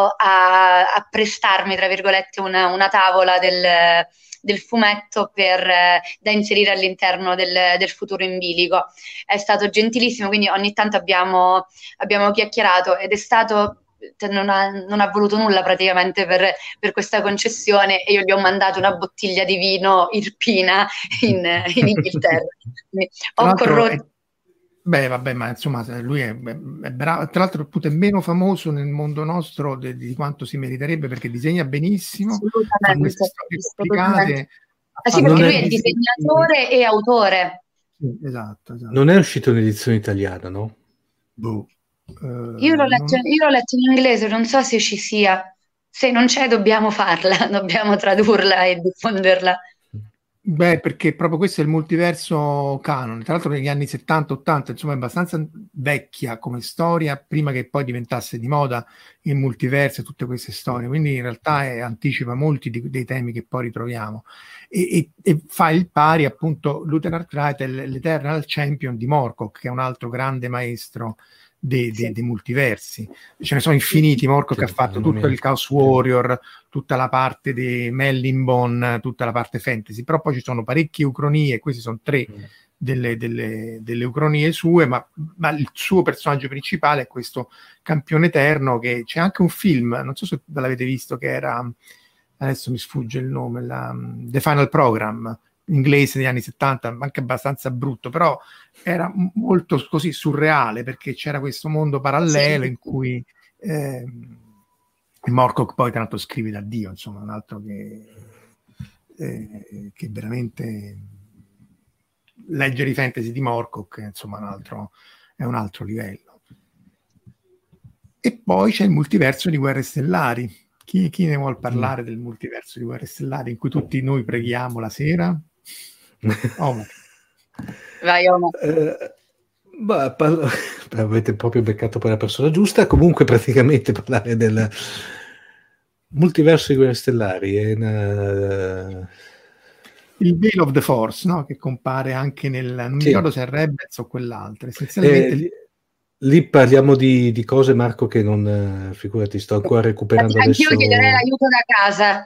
a, a prestarmi, tra virgolette, una, una tavola del, del fumetto per, eh, da inserire all'interno del, del futuro in bilico. È stato gentilissimo, quindi ogni tanto abbiamo, abbiamo chiacchierato ed è stato... Non ha, non ha voluto nulla praticamente per, per questa concessione e io gli ho mandato una bottiglia di vino Irpina in, in Inghilterra. Ho corrotto. È, beh, vabbè, ma insomma, lui è, è bravo. Tra l'altro, appunto, è meno famoso nel mondo nostro di, di quanto si meriterebbe, perché disegna benissimo, fa queste storie complicate. Ah, sì, perché lui è disegnatore e autore. Sì, esatto, esatto. Non è uscito in edizione italiana, no? Boh. Uh, io, l'ho letto, non... io l'ho letto in inglese, non so se ci sia. Se non c'è dobbiamo farla, dobbiamo tradurla e diffonderla. Beh, perché proprio questo è il multiverso canone, tra l'altro negli anni settanta ottanta, insomma è abbastanza vecchia come storia, prima che poi diventasse di moda il multiverso e tutte queste storie, quindi in realtà è, anticipa molti di, dei temi che poi ritroviamo e, e, e fa il pari appunto Luther Arkwright, l'Eternal Champion di Moorcock, che è un altro grande maestro dei, dei, dei multiversi. Ce ne sono infiniti. Moorcock sì, ha fatto tutto il Chaos Warrior, tutta la parte di Mellinbone, tutta la parte fantasy, però poi ci sono parecchie ucronie, queste sono tre mm. delle, delle, delle ucronie sue, ma, ma il suo personaggio principale è questo campione eterno, che c'è anche un film, non so se ve l'avete visto, che era, adesso mi sfugge il nome, la, The Final Program, inglese degli anni settanta, anche abbastanza brutto, però era molto così surreale, perché c'era questo mondo parallelo sì. in cui eh, Moorcock poi tra l'altro scrive da Dio, insomma, un altro che, eh, che veramente leggere i fantasy di Moorcock, insomma, un altro, è un altro livello. E poi c'è il multiverso di Guerre Stellari. Chi, chi ne vuol parlare mm. del multiverso di Guerre Stellari, in cui tutti noi preghiamo la sera? Omar. Vai Omar. Eh, bah, parlo... avete proprio beccato poi la persona giusta. Comunque praticamente parlare del multiverso di Guerre Stellari è una... il Veil of the Force, no? Che compare anche nel, non sì. mi ricordo se è Rebels o quell'altro, essenzialmente eh, lì parliamo di, di cose, Marco, che non figurati, sto ancora recuperando anch'io adesso. Anch'io chiederei l'aiuto da casa.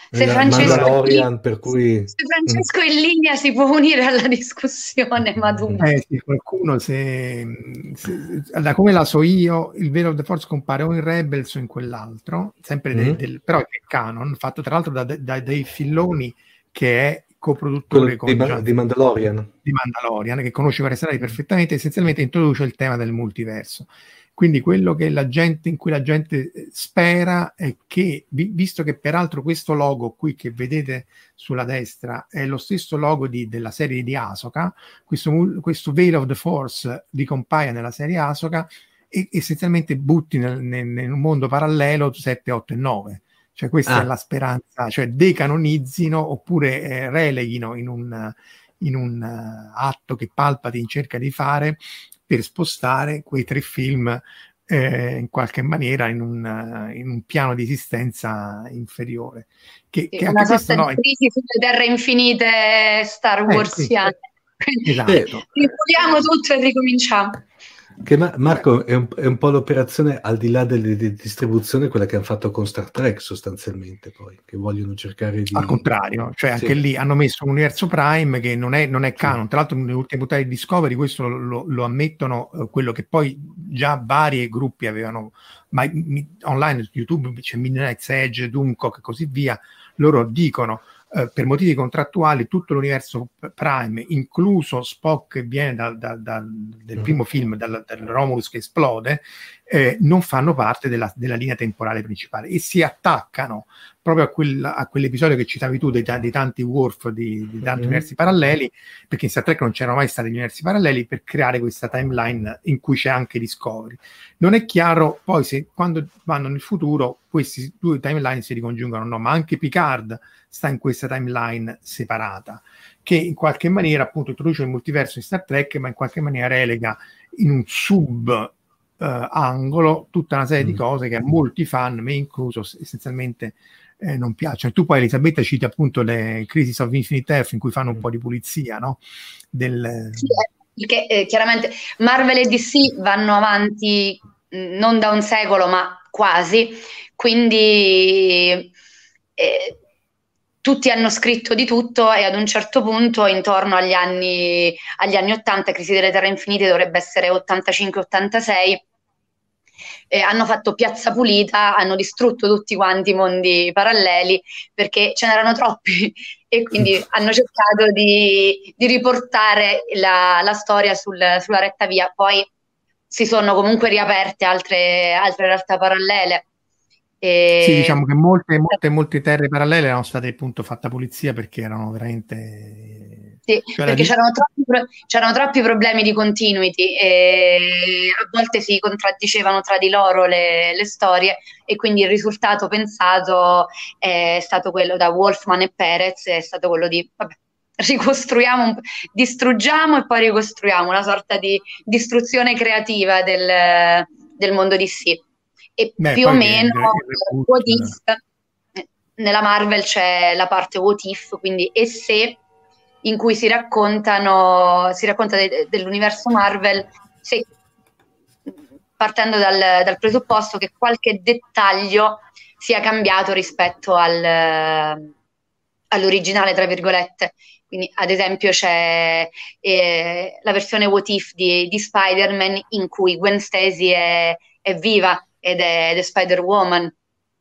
Se Francesco, Mandalorian, per cui... se Francesco è in linea si può unire alla discussione, ma tu... Eh sì, qualcuno se, se da come la so io, il Veil of the Force compare o in Rebels o in quell'altro, sempre Mm-hmm. del, del, però è canon, fatto tra l'altro da, da dei Filloni, che è coproduttore con, di, diciamo, di Mandalorian. di Mandalorian, che conosce quelle serie perfettamente, essenzialmente introduce il tema del multiverso. Quindi quello che la gente, in cui la gente spera è che, vi, visto che peraltro questo logo qui che vedete sulla destra è lo stesso logo di, della serie di Ahsoka, questo, questo Veil of the Force ricompaia nella serie Ahsoka e essenzialmente butti nel, nel, in un mondo parallelo sette, otto e nove. Cioè questa ah. è la speranza, cioè decanonizzino oppure eh, releghino in un, in un uh, atto che Palpatine cerca di fare per spostare quei tre film eh, in qualche maniera in un, uh, in un piano di esistenza inferiore. Che, sì, che una anche sorta questo, di no, crisi sulle terre infinite Star Warsiane. Eh, sì, esatto. Ripuliamo tutto e ricominciamo. Che ma- Marco, è un, è un po' l'operazione al di là delle di distribuzione, quella che hanno fatto con Star Trek sostanzialmente, poi che vogliono cercare di... Al contrario, cioè anche sì. lì hanno messo un universo Prime che non è, non è canon, tra l'altro nelle ultime puntate di Discovery questo lo, lo, lo ammettono, eh, quello che poi già vari gruppi avevano, ma mi, online su YouTube c'è Midnight's Edge, Doomcock e così via, loro dicono eh, per motivi contrattuali tutto l'universo Prime, incluso Spock che viene dal, dal, dal, del primo film, dal, dal Romulus che esplode, eh, non fanno parte della, della linea temporale principale e si attaccano proprio a, quel, a quell'episodio che citavi tu dei, dei tanti Worf di, di tanti mm-hmm. universi paralleli, perché in Star Trek non c'erano mai stati gli universi paralleli, per creare questa timeline in cui c'è anche Discovery. Non è chiaro poi se quando vanno nel futuro questi due timeline si ricongiungono o no, ma anche Picard sta in questa timeline separata, che in qualche maniera appunto introduce il multiverso in Star Trek, ma in qualche maniera relega in un sub Uh, angolo tutta una serie mm. di cose che a molti fan, me incluso, essenzialmente eh, non piacciono. Tu poi, Elisabetta, citi appunto le Crisis of Infinite Earth in cui fanno un po' di pulizia, no? Del... Sì, perché eh, chiaramente Marvel e D C vanno avanti mh, non da un secolo ma quasi, quindi eh, tutti hanno scritto di tutto e ad un certo punto intorno agli anni agli anni ottanta, Crisi delle Terre Infinite dovrebbe essere ottantacinque ottantasei, eh, hanno fatto piazza pulita, hanno distrutto tutti quanti i mondi paralleli perché ce n'erano troppi e quindi hanno cercato di, di riportare la, la storia sul, sulla retta via. Poi si sono comunque riaperte altre, altre realtà parallele. E... Sì, diciamo che molte, molte, molte terre parallele erano state appunto fatta pulizia perché erano veramente... Sì, cioè, perché la... c'erano, troppi, c'erano troppi problemi di continuity e a volte si contraddicevano tra di loro le, le storie e quindi il risultato pensato è stato quello da Wolfman e Perez, è stato quello di vabbè, ricostruiamo, un, distruggiamo e poi ricostruiamo, una sorta di distruzione creativa del, del mondo D C. E Beh, più o meno what if, nella Marvel c'è la parte what if, quindi e se, in cui si raccontano si racconta de, dell'universo Marvel se, partendo dal, dal presupposto che qualche dettaglio sia cambiato rispetto al, all'originale, tra virgolette. Quindi ad esempio c'è eh, la versione what if di, di Spider-Man in cui Gwen Stacy è, è viva ed è, ed è Spider-Woman.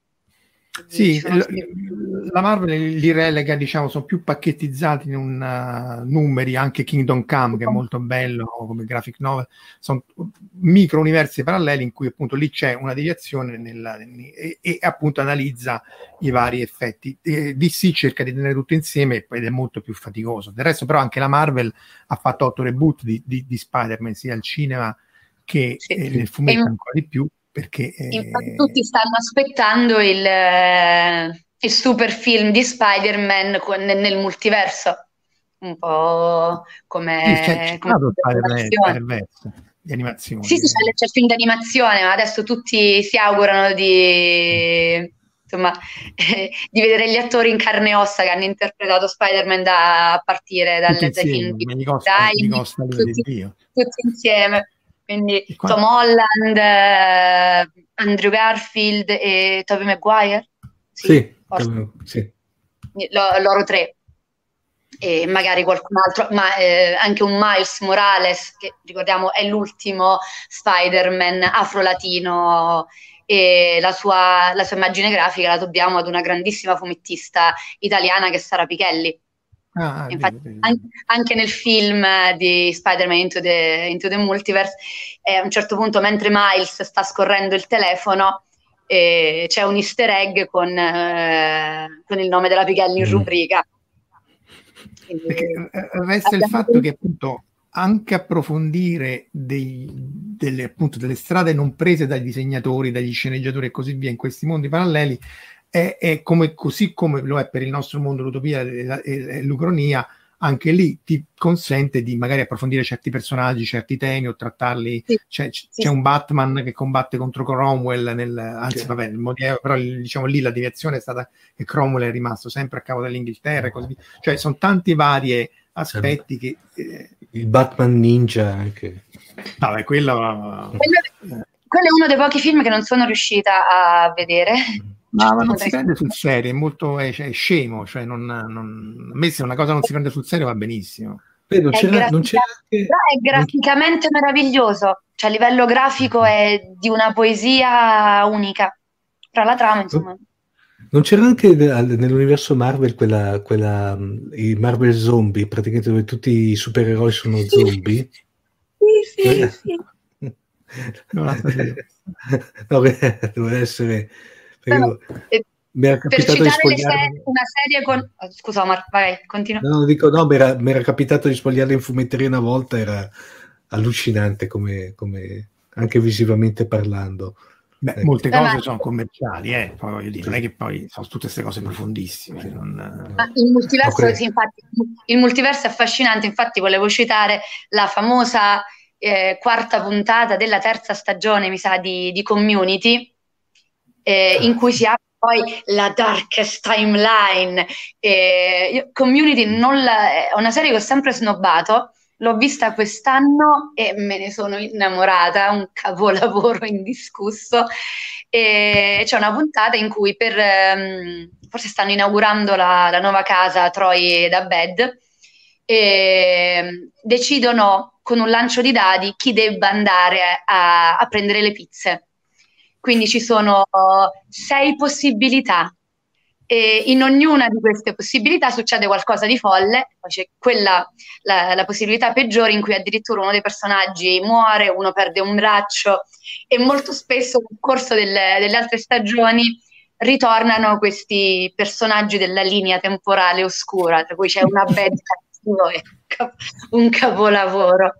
Sì, l- la Marvel li relega, diciamo, sono più pacchetizzati in un uh, numeri, anche Kingdom Come, che è molto bello come graphic novel, sono micro universi paralleli in cui appunto lì c'è una deviazione nella, e, e appunto analizza i vari effetti. E D C cerca di tenere tutto insieme ed è molto più faticoso. Del resto però anche la Marvel ha fatto otto reboot di, di, di Spider-Man, sia al cinema che sì, eh, nel fumetto in... ancora di più. Perché eh... infatti tutti stanno aspettando il, eh, il super film di Spider-Man con, nel, nel multiverso, un po' come, sì, c'è, c'è come Spider-Man di animazione. Sì, sì, c'è, c'è il film di animazione, ma adesso tutti si augurano di insomma eh, di vedere gli attori in carne e ossa che hanno interpretato Spider-Man da, a partire dal, dai film di mi costa, dai, mi costa tutti, di Dio. tutti insieme. Quindi Tom Holland, eh, Andrew Garfield e Tobey Maguire. Sì, sì, sì. lo, loro tre, e magari qualcun altro, ma eh, anche un Miles Morales, che ricordiamo è l'ultimo Spider-Man afro-latino, e la sua, la sua immagine grafica la dobbiamo ad una grandissima fumettista italiana che è Sara Pichelli. Ah, infatti vedi, vedi. Anche, anche nel film di Spider-Man Into the, Into the Multiverse, eh, a un certo punto, mentre Miles sta scorrendo il telefono, eh, c'è un easter egg con, eh, con il nome della Pichelli in rubrica. Perché resta il fatto che appunto anche approfondire dei, delle, appunto, delle strade non prese dai disegnatori, dagli sceneggiatori e così via in questi mondi paralleli è, è come, così come lo è per il nostro mondo l'utopia e, e, e l'ucronia, anche lì ti consente di magari approfondire certi personaggi, certi temi o trattarli. Sì. C'è, c'è sì. un Batman che combatte contro Cromwell, nel, anzi sì. vabbè, il, però diciamo lì la deviazione è stata che Cromwell è rimasto sempre a capo dell'Inghilterra e così via. Cioè sono tanti vari aspetti che... Eh, il Batman Ninja anche. Vabbè, quello... quello... Quello è uno dei pochi film che non sono riuscita a vedere. No, ma non si prende sul serio, è molto è, è scemo, cioè non, non, a me se una cosa non si prende sul serio va benissimo. Beh, non c'era, grafica- non c'era che... è graficamente non... meraviglioso, cioè a livello grafico è di una poesia unica, però la trama insomma... Non c'era anche nell'universo Marvel quella, quella i Marvel Zombie, praticamente dove tutti i supereroi sono zombie? Sì, sì, sì. No, no, deve essere no, eh, mi era capitato di spogliarmi serie, una serie con oh, scusa Omar, vai, continua. No, dico, no, mi era, mi era capitato di spogliarla in fumetteria una volta, era allucinante come, come anche visivamente parlando. Beh, ecco. Molte cose sono commerciali, eh. Poi voglio dire, non è che poi sono tutte queste cose profondissime. Cioè non... ah, il multiverso, no, sì, infatti, il multiverso è affascinante, infatti volevo citare la famosa Eh, quarta puntata della terza stagione, mi sa, di, di Community, eh, in cui si apre poi la darkest timeline. Eh, io, Community non la, è una serie che ho sempre snobbato, l'ho vista quest'anno e me ne sono innamorata, un capolavoro indiscusso. E c'è una puntata in cui per um, forse stanno inaugurando la, la nuova casa Troy da Bed e decidono con un lancio di dadi chi debba andare a, a prendere le pizze. Quindi ci sono sei possibilità e in ognuna di queste possibilità succede qualcosa di folle. Poi c'è quella, la, la possibilità peggiore in cui addirittura uno dei personaggi muore, uno perde un braccio e molto spesso nel corso delle, delle altre stagioni ritornano questi personaggi della linea temporale oscura, tra cui c'è una bad un capolavoro.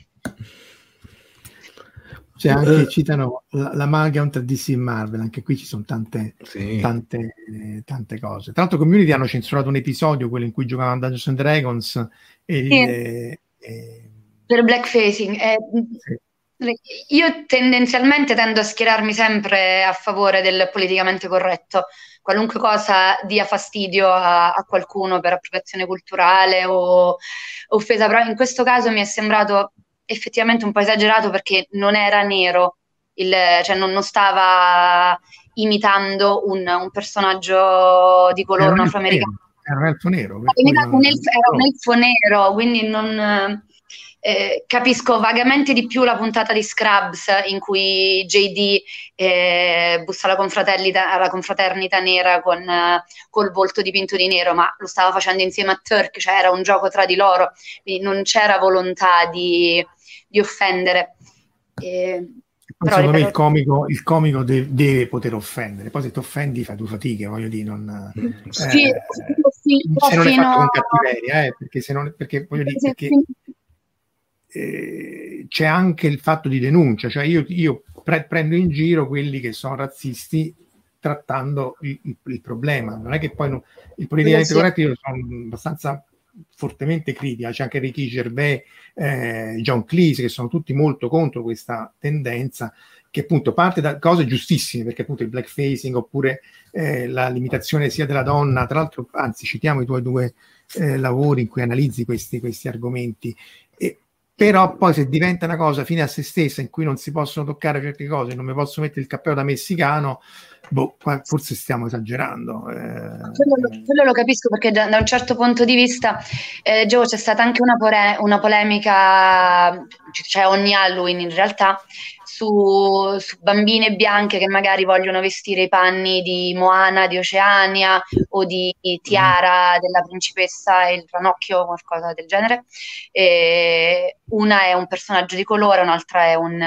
Cioè anche uh, citano l'amalgam tra D C e Marvel, anche qui ci sono tante, sì. tante, eh, tante cose. Tra l'altro Community hanno censurato un episodio, quello in cui giocavano Dungeons and Dragons e, sì. e, e... per blackfacing. Eh, sì. Io tendenzialmente tendo a schierarmi sempre a favore del politicamente corretto. Qualunque cosa dia fastidio a, a qualcuno per appropriazione culturale o offesa, però in questo caso mi è sembrato effettivamente un po' esagerato perché non era nero, il, cioè non, non stava imitando un, un personaggio di colore, un afroamericano. Era un elfo nero. Era un elfo, era un elfo nero, quindi non... Eh, capisco vagamente di più la puntata di Scrubs in cui J D eh, bussa alla confraternita, alla confraternita nera con eh, col volto dipinto di nero, ma lo stava facendo insieme a Turk, cioè era un gioco tra di loro, quindi non c'era volontà di, di offendere. Eh, però, secondo me il comico, il comico deve, deve poter offendere, poi se ti offendi fai due fatiche, voglio dire, non, eh, sì, sì, sì, se non fino... è fatto con cattiveria, eh, perché se non, perché voglio dire, perché Eh, c'è anche il fatto di denuncia, cioè io, io pre- prendo in giro quelli che sono razzisti trattando il, il, il problema, non è che poi non, il politicamente corretto io sono abbastanza fortemente critica, c'è anche Ricky Gervais, eh, John Cleese che sono tutti molto contro questa tendenza che appunto parte da cose giustissime, perché appunto il blackfacing oppure eh, la limitazione sia della donna, tra l'altro anzi citiamo i tuoi due eh, lavori in cui analizzi questi, questi argomenti. Però poi se diventa una cosa fine a se stessa in cui non si possono toccare certe cose, non mi posso mettere il cappello da messicano, boh, forse stiamo esagerando. Eh. Quello, quello lo capisco, perché da, da un certo punto di vista, eh, Gio, c'è stata anche una, pore- una polemica, cioè ogni Halloween in realtà, su, su bambine bianche che magari vogliono vestire i panni di Moana, di Oceania, o di Tiara, della principessa e il ranocchio, qualcosa del genere. E una è un personaggio di colore, un'altra è un,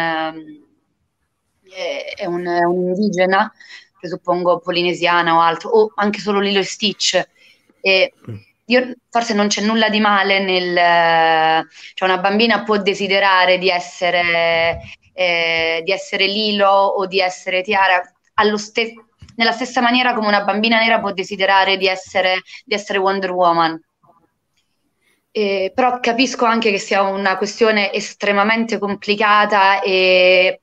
è un, è un indigena, presuppongo polinesiana o altro, o anche solo Lilo e Stitch. E io, forse non c'è nulla di male nel, cioè una bambina può desiderare di essere, eh, di essere Lilo o di essere Tiara allo stesso, nella stessa maniera come una bambina nera può desiderare di essere, di essere Wonder Woman. Eh, però capisco anche che sia una questione estremamente complicata, e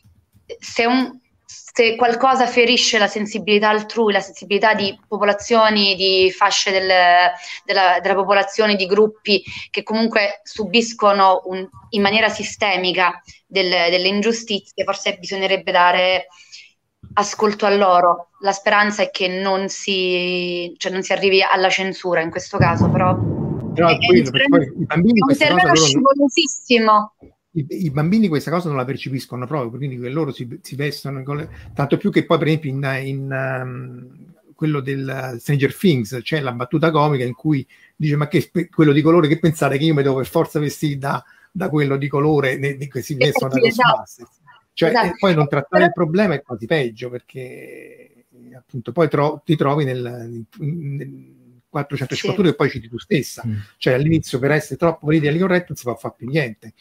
se, un, se qualcosa ferisce la sensibilità altrui, la sensibilità di popolazioni, di fasce del, della, della popolazione, di gruppi che comunque subiscono un, in maniera sistemica del, delle ingiustizie, forse bisognerebbe dare ascolto a loro. La speranza è che non si, cioè non si arrivi alla censura in questo caso, però, però è, quello, è, poi i bambini è un terreno scivolosissimo. I, I bambini questa cosa non la percepiscono proprio, quindi che loro si, si vestono con le, tanto più che poi per esempio in, in um, quello del Stranger Things c'è la battuta comica in cui dice: ma che quello di colore, che pensate che io mi devo per forza vestire da, da quello di colore ne, ne, che si vestono da Ghostbusters? Cioè, esatto. E poi non trattare il problema è quasi peggio, perché appunto poi tro- ti trovi nel, nel quattrocento cinquantuno sì. E poi citi tu stessa, mm. cioè all'inizio per essere troppo politically correct non si può fare più niente,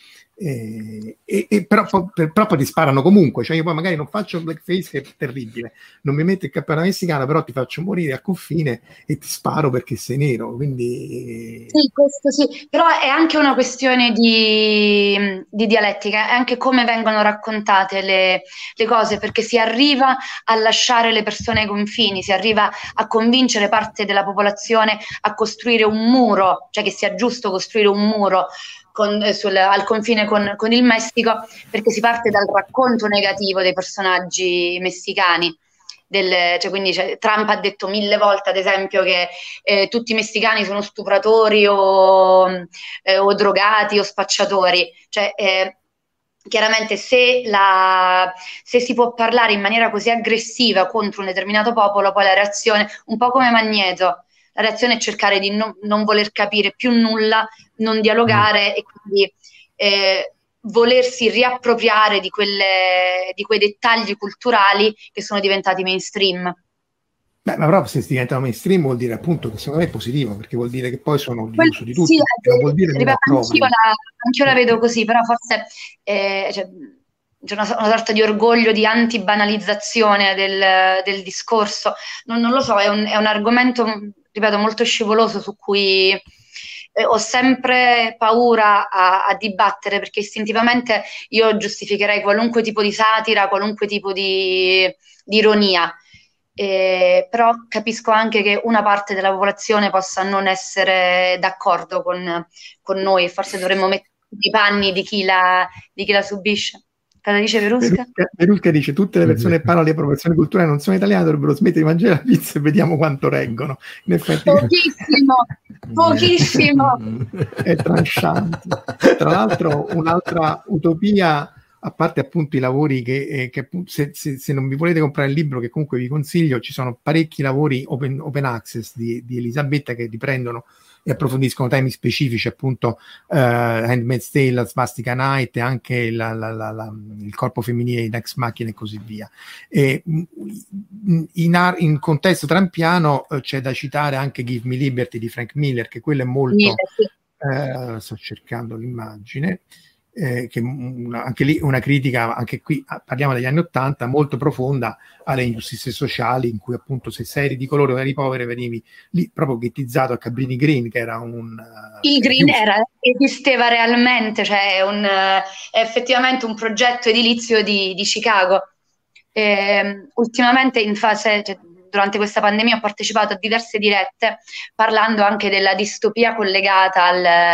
e, e, e però, per, però poi ti sparano comunque, cioè io poi magari non faccio blackface, che è terribile, non mi metto il cappello messicano, però ti faccio morire al confine e ti sparo perché sei nero, quindi sì, questo sì, però è anche una questione di, di dialettica, è anche come vengono raccontate le, le cose, perché si arriva a lasciare le persone ai confini, si arriva a convincere parte della popolazione a costruire un muro, cioè che sia giusto costruire un muro con, eh, sul, al confine con, con il Messico, perché si parte dal racconto negativo dei personaggi messicani. Del, cioè quindi cioè, Trump ha detto mille volte, ad esempio, che eh, tutti i messicani sono stupratori o, eh, o drogati o spacciatori. Cioè, eh, chiaramente se, la, se si può parlare in maniera così aggressiva contro un determinato popolo, poi la reazione, un po' come Magneto, la reazione è cercare di non, non voler capire più nulla, non dialogare, mm. e quindi eh, volersi riappropriare di, quelle, di quei dettagli culturali che sono diventati mainstream. Beh, ma proprio se diventano mainstream vuol dire appunto che secondo me è positivo, perché vuol dire che poi sono di uso di tutti, sì, non vuol dire ripeto, anch'io, la, anch'io la vedo così, però forse eh, cioè, c'è una, una sorta di orgoglio di antibanalizzazione del, del discorso, non, non lo so, è un, è un argomento, ripeto, molto scivoloso, su cui eh, ho sempre paura a, a dibattere, perché istintivamente io giustificherei qualunque tipo di satira, qualunque tipo di, di ironia. Eh, però capisco anche che una parte della popolazione possa non essere d'accordo con, con noi, forse dovremmo mettere i panni di chi la, di chi la subisce. Cosa dice Verusca? Verusca dice: tutte le persone che parlano di appropriazione culturale non sono italiane, dovrebbero smettere di mangiare la pizza e vediamo quanto reggono. In effetti pochissimo, pochissimo. È tranchante. Tra l'altro un'altra utopia, a parte appunto i lavori che, eh, che se, se, se non vi volete comprare il libro, che comunque vi consiglio, ci sono parecchi lavori open, open access di, di Elisabetta che riprendono e approfondiscono temi specifici, appunto uh, Handmaid's Tale, la Svastica Night e anche la, la, la, la, il corpo femminile in Ex Machina e così via. E, in, in contesto trampiano uh, c'è da citare anche Give Me Liberty di Frank Miller, che quello è molto uh, sto cercando l'immagine. Eh, che una, anche lì una critica, anche qui parliamo degli anni Ottanta, molto profonda alle ingiustizie sociali, in cui appunto se sei di colore o eri povero venivi lì proprio ghettizzato a Cabrini Green, che era un il uh, Green era, esisteva realmente, cioè un, uh, è effettivamente un progetto edilizio di, di Chicago. E, ultimamente in fase, cioè, durante questa pandemia ho partecipato a diverse dirette parlando anche della distopia collegata al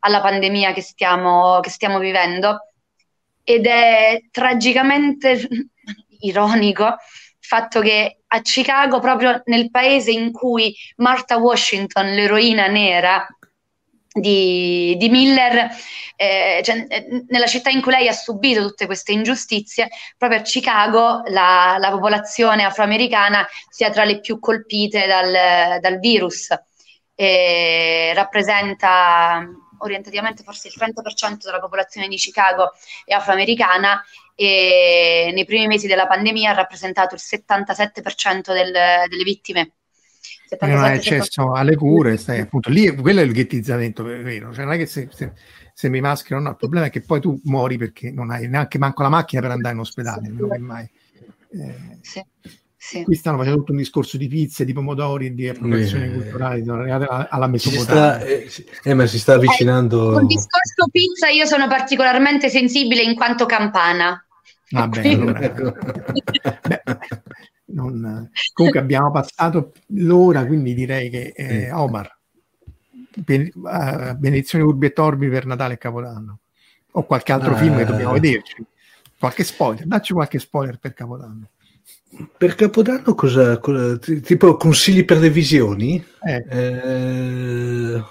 alla pandemia che stiamo, che stiamo vivendo, ed è tragicamente ironico il fatto che a Chicago, proprio nel paese in cui Martha Washington, l'eroina nera di, di Miller, eh, cioè, nella città in cui lei ha subito tutte queste ingiustizie, proprio a Chicago la, la popolazione afroamericana sia tra le più colpite dal, dal virus. E rappresenta orientativamente forse il trenta per cento della popolazione di Chicago è afroamericana, e nei primi mesi della pandemia ha rappresentato il settantasette per cento del, delle vittime. Perché non hai accesso alle cure, stai, appunto lì, quello è il ghettizzamento vero, cioè non è che se, se, se mi maschero, no, il problema è che poi tu muori perché non hai neanche manco la macchina per andare in ospedale, sì, che mai. Eh, sì, sì. Qui stanno facendo tutto un discorso di pizze, di pomodori, di appropriazioni eh, culturali, sono arrivate alla, alla Mesopotamia. Eh, eh, ma si sta avvicinando. Eh, sul discorso pizza io sono particolarmente sensibile in quanto campana. Vabbè, allora, beh, non, comunque abbiamo passato l'ora, quindi direi che eh, Omar, ben, uh, benedizione Urbi et Orbi per Natale e Capodanno, o qualche altro ah, film che dobbiamo vederci, qualche spoiler, dacci qualche spoiler per Capodanno. Per Capodanno cosa, cosa tipo consigli per le visioni? Eh. Eh,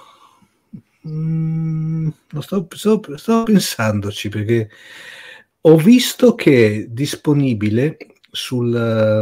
mm, lo sto, sto, sto pensandoci, perché ho visto che è disponibile sul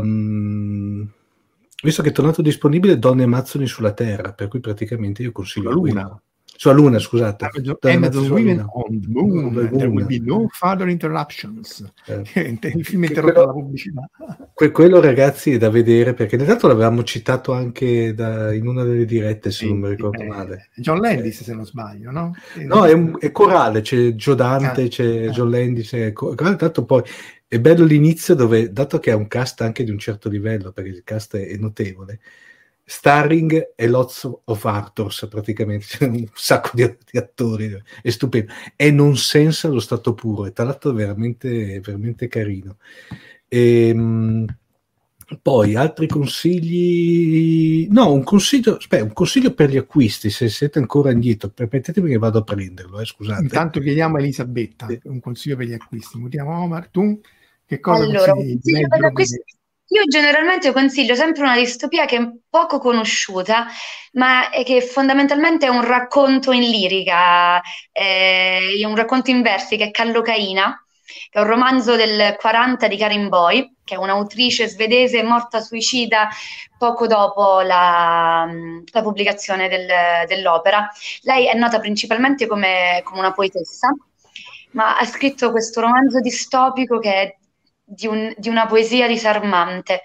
um, visto che è tornato disponibile Donne e Amazzoni sulla Terra, per cui praticamente io consiglio la Luna. Sulla Luna, scusate. Amazon Women on the Moon. There will be no further interruptions. Eh. Il film interrotto dalla pubblicità. Que- quello, ragazzi, è da vedere, perché intanto l'avevamo citato anche da, in una delle dirette, se sì, non mi ricordo eh, male. John Landis, eh. se non sbaglio, no? No, è, un, è corale, c'è Joe Dante, ah, c'è ah. John Landis, è corale, tanto poi è bello l'inizio dove, dato che ha un cast anche di un certo livello, perché il cast è, è notevole, starring e lots of actors, praticamente c'è un sacco di, di attori, è stupendo, è nonsense allo stato puro, e tra l'altro veramente, veramente carino. E, mh, poi altri consigli, no, un consiglio, aspetta, un consiglio per gli acquisti, se siete ancora indietro, permettetemi che vado a prenderlo, eh, scusate. Intanto chiediamo a Elisabetta sì. un consiglio per gli acquisti. Mutiamo Omar, tu che cosa allora, consigli? Io generalmente consiglio sempre una distopia che è poco conosciuta, ma è che fondamentalmente è un racconto in lirica, è un racconto in versi, che è Callocaina, che è un romanzo del quaranta di Karin Boye, che è un'autrice svedese morta suicida poco dopo la, la pubblicazione del, dell'opera. Lei è nota principalmente come, come una poetessa, ma ha scritto questo romanzo distopico che è Di, un, di una poesia disarmante.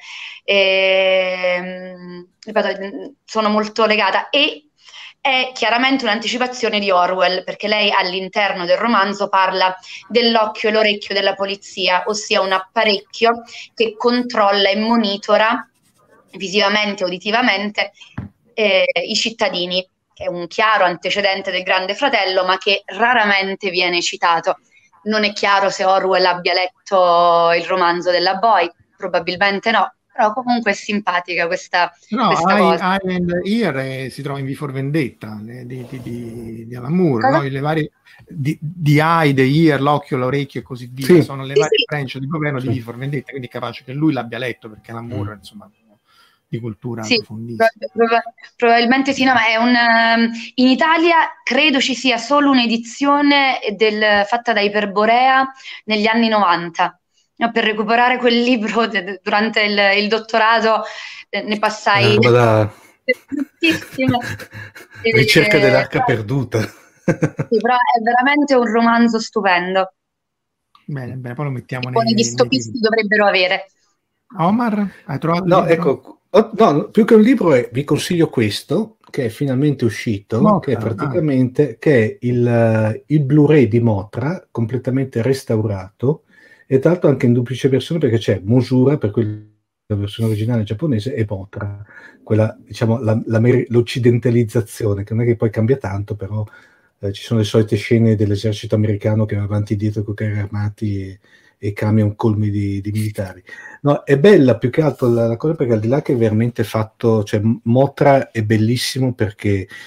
E, ripeto, sono molto legata, e è chiaramente un'anticipazione di Orwell, perché lei all'interno del romanzo parla dell'occhio e l'orecchio della polizia, ossia un apparecchio che controlla e monitora visivamente e uditivamente eh, i cittadini, che è un chiaro antecedente del Grande Fratello, ma che raramente viene citato. Non è chiaro se Orwell abbia letto il romanzo della Boy, probabilmente no, però comunque è simpatica questa, no, questa I, cosa. I and Ear eh, si trova in V for Vendetta eh, di, di, di, di Alan Moore, no? Le varie di, di Eye, the Ear, l'occhio, l'orecchio e così via, sì. sono le sì, varie sì. branch di governo sì. di V for Vendetta, quindi è capace che lui l'abbia letto, perché Alan Moore, mm. insomma, di cultura sì, profondissima. Prob- probabilmente sì, no, ma è un, um, in Italia credo ci sia solo un'edizione del, fatta da Iperborea negli anni novanta. No, per recuperare quel libro de- durante il, il dottorato eh, ne passai da... tantissimo. Ricerca eh, dell'arca però, perduta. Sì, però è veramente un romanzo stupendo. Bene, bene, poi lo mettiamo nei, nei, gli stopisti nei... dovrebbero avere. Omar, hai trovato? No, ecco, no, più che un libro è, vi consiglio questo, che è finalmente uscito, Motra, che è praticamente ah. che è il, il Blu-ray di Motra, completamente restaurato, e tra l'altro anche in duplice versione, perché c'è Mosura, per cui la versione originale giapponese, e Motra, quella, diciamo, la, la, l'occidentalizzazione, che non è che poi cambia tanto, però eh, ci sono le solite scene dell'esercito americano che va avanti e dietro con carri armati e, e camion colmi di, di militari. No, è bella più che altro la, la cosa, perché al di là che è veramente fatto, cioè Motra è bellissimo perché è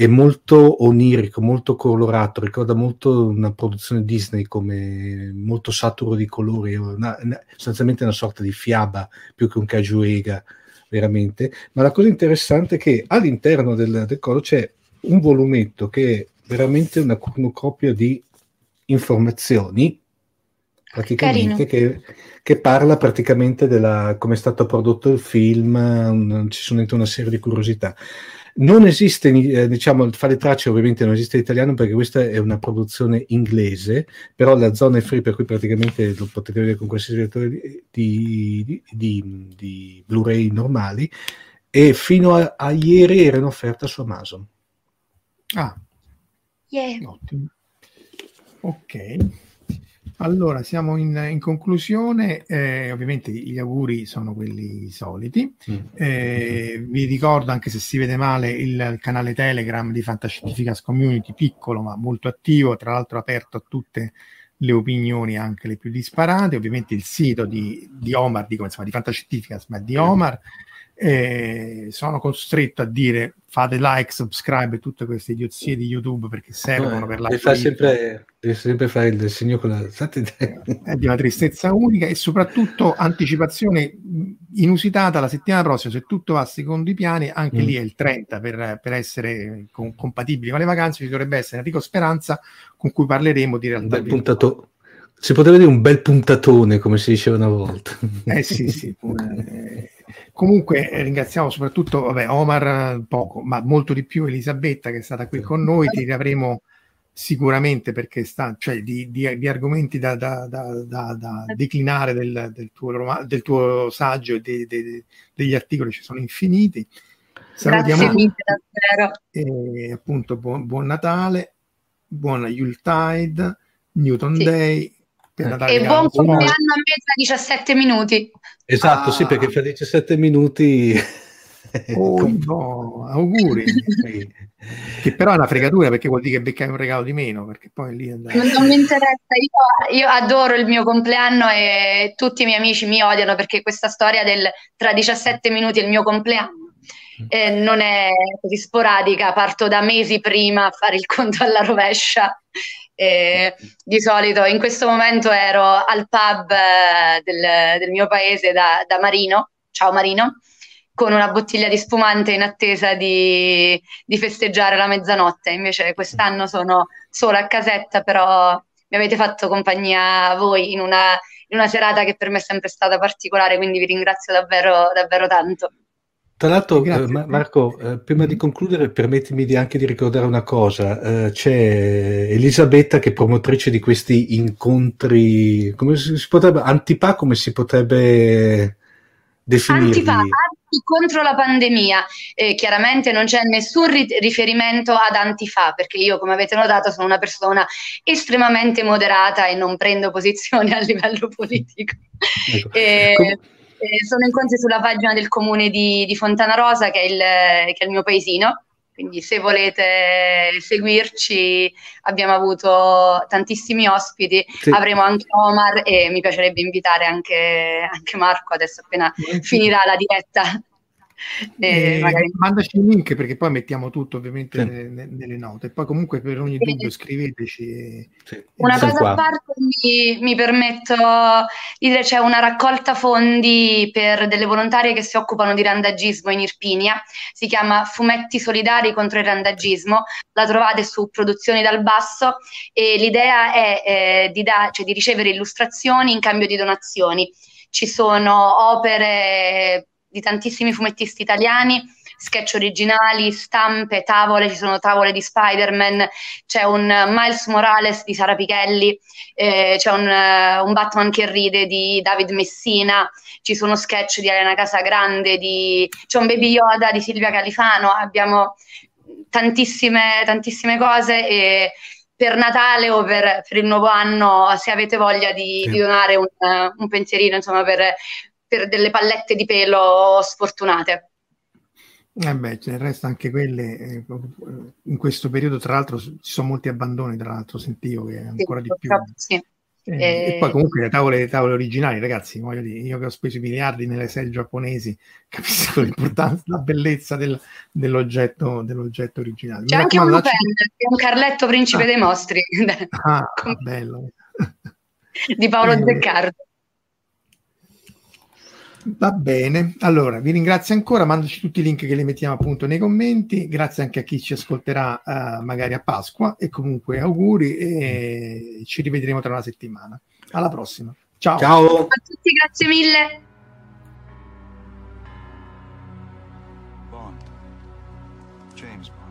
è molto onirico, molto colorato, ricorda molto una produzione Disney, come molto saturo di colori, una, una, sostanzialmente una sorta di fiaba più che un Cajuega, veramente. Ma la cosa interessante è che all'interno del, del coso c'è un volumetto che è veramente una cornucopia di informazioni, praticamente, che, che parla praticamente della come è stato prodotto il film, un, ci sono dentro una serie di curiosità. Non esiste, eh, diciamo, il Fare Tracce ovviamente non esiste in italiano perché questa è una produzione inglese, però la zona è free, per cui praticamente lo potete vedere con qualsiasi lettore di, di, di, di Blu-ray normali, e fino a, a ieri era in offerta su Amazon. Ah, yeah. Ottimo. Ok. Allora, siamo in, in conclusione, eh, ovviamente gli auguri sono quelli soliti, Mm. eh, vi ricordo, anche se si vede male, il, il canale Telegram di Fantascientificas Community, piccolo ma molto attivo, tra l'altro aperto a tutte le opinioni, anche le più disparate, ovviamente il sito di, di Omar, dico, insomma, di Fantascientificas, ma di Omar. Eh, sono costretto a dire fate like, subscribe e tutte queste idiozie di YouTube perché servono No, per la deve fare sempre, deve sempre fare il segno con la è di una tristezza unica, e soprattutto anticipazione inusitata la settimana prossima, se tutto va secondo i piani, anche mm. lì è il trenta per, per essere con, compatibili con le vacanze. Ci dovrebbe essere Enrico Speranza, con cui parleremo di realtà un bel puntato- si potrebbe dire un bel puntatone, come si diceva una volta. Eh sì, sì. Eh, comunque eh, ringraziamo soprattutto, vabbè, Omar poco, ma molto di più Elisabetta, che è stata qui con noi. Ti riavremo sicuramente, perché sta, cioè, di, di, di argomenti da, da, da, da, da declinare del, del, tuo, del tuo saggio e de, de, degli articoli ci sono infiniti. Salutiamo Grazie mille, tutti, davvero. e appunto buon, buon Natale, buona Yuletide, Newton Sì. Day. E buon compleanno a me tra diciassette minuti. Esatto, ah. sì, perché fra diciassette minuti oh, no, auguri. Che però è una fregatura, perché vuol dire che beccai un regalo di meno, perché poi lì andare... non, non mi interessa, io, io adoro il mio compleanno e tutti i miei amici mi odiano perché questa storia del tra diciassette minuti e il mio compleanno eh, non è così sporadica, parto da mesi prima a fare il conto alla rovescia. E di solito in questo momento ero al pub eh, del, del mio paese da, da Marino, ciao Marino, con una bottiglia di spumante in attesa di, di festeggiare la mezzanotte. Invece quest'anno sono sola a casetta, però mi avete fatto compagnia voi in una, in una serata che per me è sempre stata particolare, quindi vi ringrazio davvero, davvero tanto. Tra l'altro, eh, Marco, eh, prima di concludere, permettimi di anche di ricordare una cosa. Eh, c'è Elisabetta che è promotrice di questi incontri, come si potrebbe, Antipa, come si potrebbe definirli? Antipa, anti contro la pandemia. Eh, chiaramente non c'è nessun ri- riferimento ad Antifa, perché io, come avete notato, sono una persona estremamente moderata e non prendo posizione a livello politico. Ecco. Eh, Com- Sono incontri sulla pagina del comune di, di Fontana Rosa, che è, il, che è il mio paesino, quindi se volete seguirci, abbiamo avuto tantissimi ospiti, sì. Avremo anche Omar e mi piacerebbe invitare anche, anche Marco adesso appena sì. finirà la diretta. Eh, magari... Mandaci un link, perché poi mettiamo tutto ovviamente sì. nelle, nelle note, e poi comunque per ogni sì. dubbio scriveteci e, sì. Una cosa qua. A parte mi, mi permetto di dire, c'è una raccolta fondi per delle volontarie che si occupano di randagismo in Irpinia, si chiama Fumetti Solidari contro il randagismo, la trovate su Produzioni dal Basso e l'idea è eh, di, da, cioè, di ricevere illustrazioni in cambio di donazioni. Ci sono opere di tantissimi fumettisti italiani, sketch originali, stampe, tavole, ci sono tavole di Spider-Man, c'è un Miles Morales di Sara Pichelli, eh, c'è un, uh, un Batman che ride di David Messina, ci sono sketch di Elena Casagrande, di... c'è un Baby Yoda di Silvia Califano, abbiamo tantissime, tantissime cose e per Natale o per, per il nuovo anno, se avete voglia di, sì. di donare un, un pensierino, insomma, per... per delle pallette di pelo sfortunate. Eh beh, ce ne resta anche quelle, eh, in questo periodo tra l'altro ci sono molti abbandoni, tra l'altro sentivo che ancora sì, di più. Sì. Eh, e... e poi comunque le tavole, le tavole originali, ragazzi, voglio dire, io che ho speso miliardi nelle serie giapponesi, capisco l'importanza, la bellezza del, dell'oggetto, dell'oggetto originale. C'è Mi anche un raccomando, Lupin, che è un Carletto principe ah. dei mostri ah, bello. di Paolo eh, Zeccardo. Va bene, allora vi ringrazio ancora, mandaci tutti i link che li mettiamo appunto nei commenti, grazie anche a chi ci ascolterà uh, magari a Pasqua, e comunque auguri e ci rivedremo tra una settimana. Alla prossima, ciao. Ciao a tutti, grazie mille. Bond. James Bond.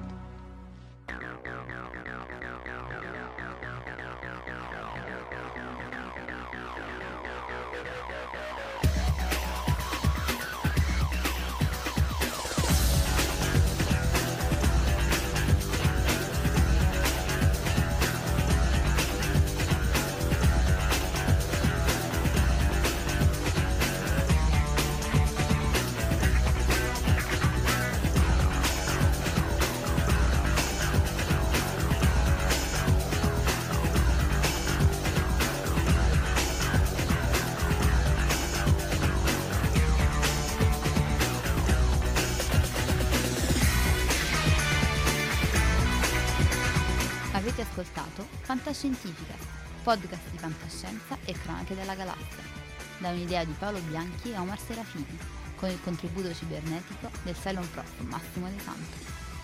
Avete ascoltato Fantascientifica, podcast di fantascienza e cronache della galassia, da un'idea di Paolo Bianchi e Omar Serafini, con il contributo cibernetico del Cylon Prof Massimo De Santo.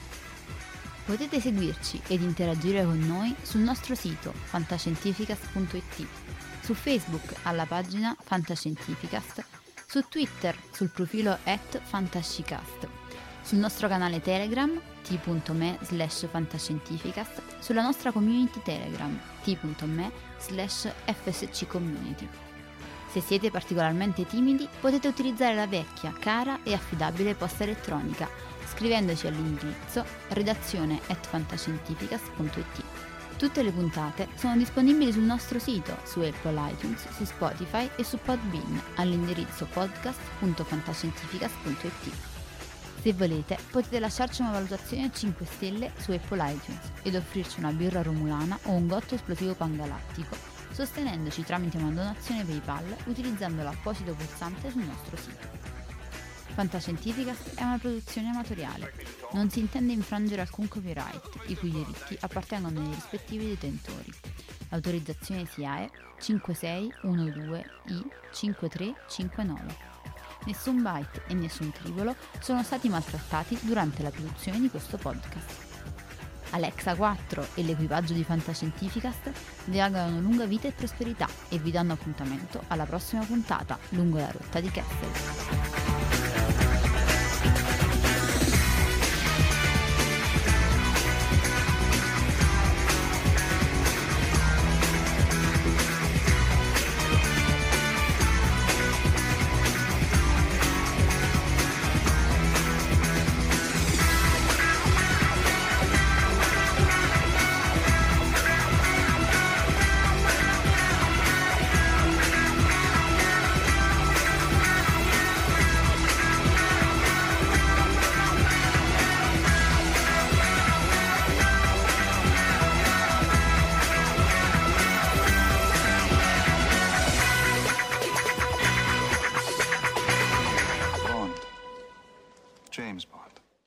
Potete seguirci ed interagire con noi sul nostro sito fantascientificast punto it, su Facebook alla pagina Fantascientificast, su Twitter sul profilo at fantascicast, sul nostro canale Telegram t.me slash fantascientificast, sulla nostra community Telegram t.me slash fsccommunity. Se siete particolarmente timidi, potete utilizzare la vecchia, cara e affidabile posta elettronica, scrivendoci all'indirizzo redazione at fantascientificast punto it. Tutte le puntate sono disponibili sul nostro sito, su Apple iTunes, su Spotify e su Podbean, all'indirizzo podcast punto fantascientificast punto it. Se volete, potete lasciarci una valutazione a cinque stelle su Apple iTunes ed offrirci una birra romulana o un gotto esplosivo pangalattico, sostenendoci tramite una donazione PayPal utilizzando l'apposito pulsante sul nostro sito. Fantascientificast è una produzione amatoriale. Non si intende infrangere alcun copyright, i cui diritti appartengono ai rispettivi detentori. L'autorizzazione S I A E cinque sei uno due I cinque tre cinque nove. Nessun byte e nessun tribolo sono stati maltrattati durante la produzione di questo podcast. Alexa quattro e l'equipaggio di Fantascientificast vi augurano lunga vita e prosperità e vi danno appuntamento alla prossima puntata lungo la rotta di Kessel. James Bond.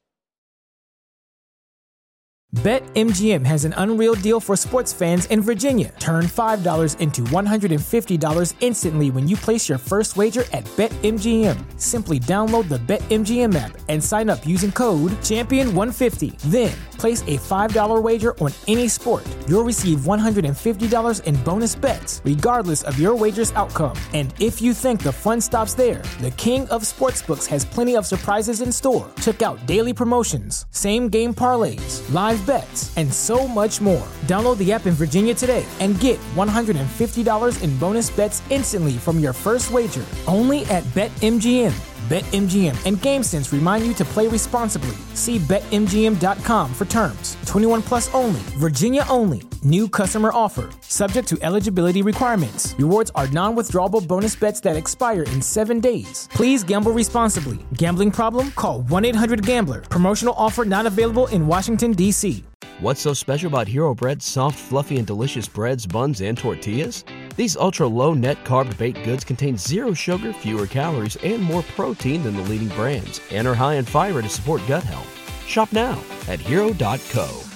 BetMGM has an unreal deal for sports fans in Virginia. Turn five dollars into one hundred fifty dollars instantly when you place your first wager at BetMGM. Simply download the BetMGM app and sign up using code champion one fifty. Then, place a five dollars wager on any sport. You'll receive one hundred fifty dollars in bonus bets, regardless of your wager's outcome. And if you think the fun stops there, the king of sportsbooks has plenty of surprises in store. Check out daily promotions, same-game parlays, live bets, and so much more. Download the app in Virginia today and get one hundred fifty dollars in bonus bets instantly from your first wager. Only at BetMGM. BetMGM and GameSense remind you to play responsibly. See Bet M G M dot com for terms. twenty-one plus only. Virginia only. New customer offer. Subject to eligibility requirements. Rewards are non-withdrawable bonus bets that expire in seven days. Please gamble responsibly. Gambling problem? Call one eight hundred gambler. Promotional offer not available in Washington, D C. What's so special about Hero Bread's soft, fluffy, and delicious breads, buns, and tortillas? These ultra-low net-carb baked goods contain zero sugar, fewer calories, and more protein than the leading brands, and are high in fiber to support gut health. Shop now at hero dot co.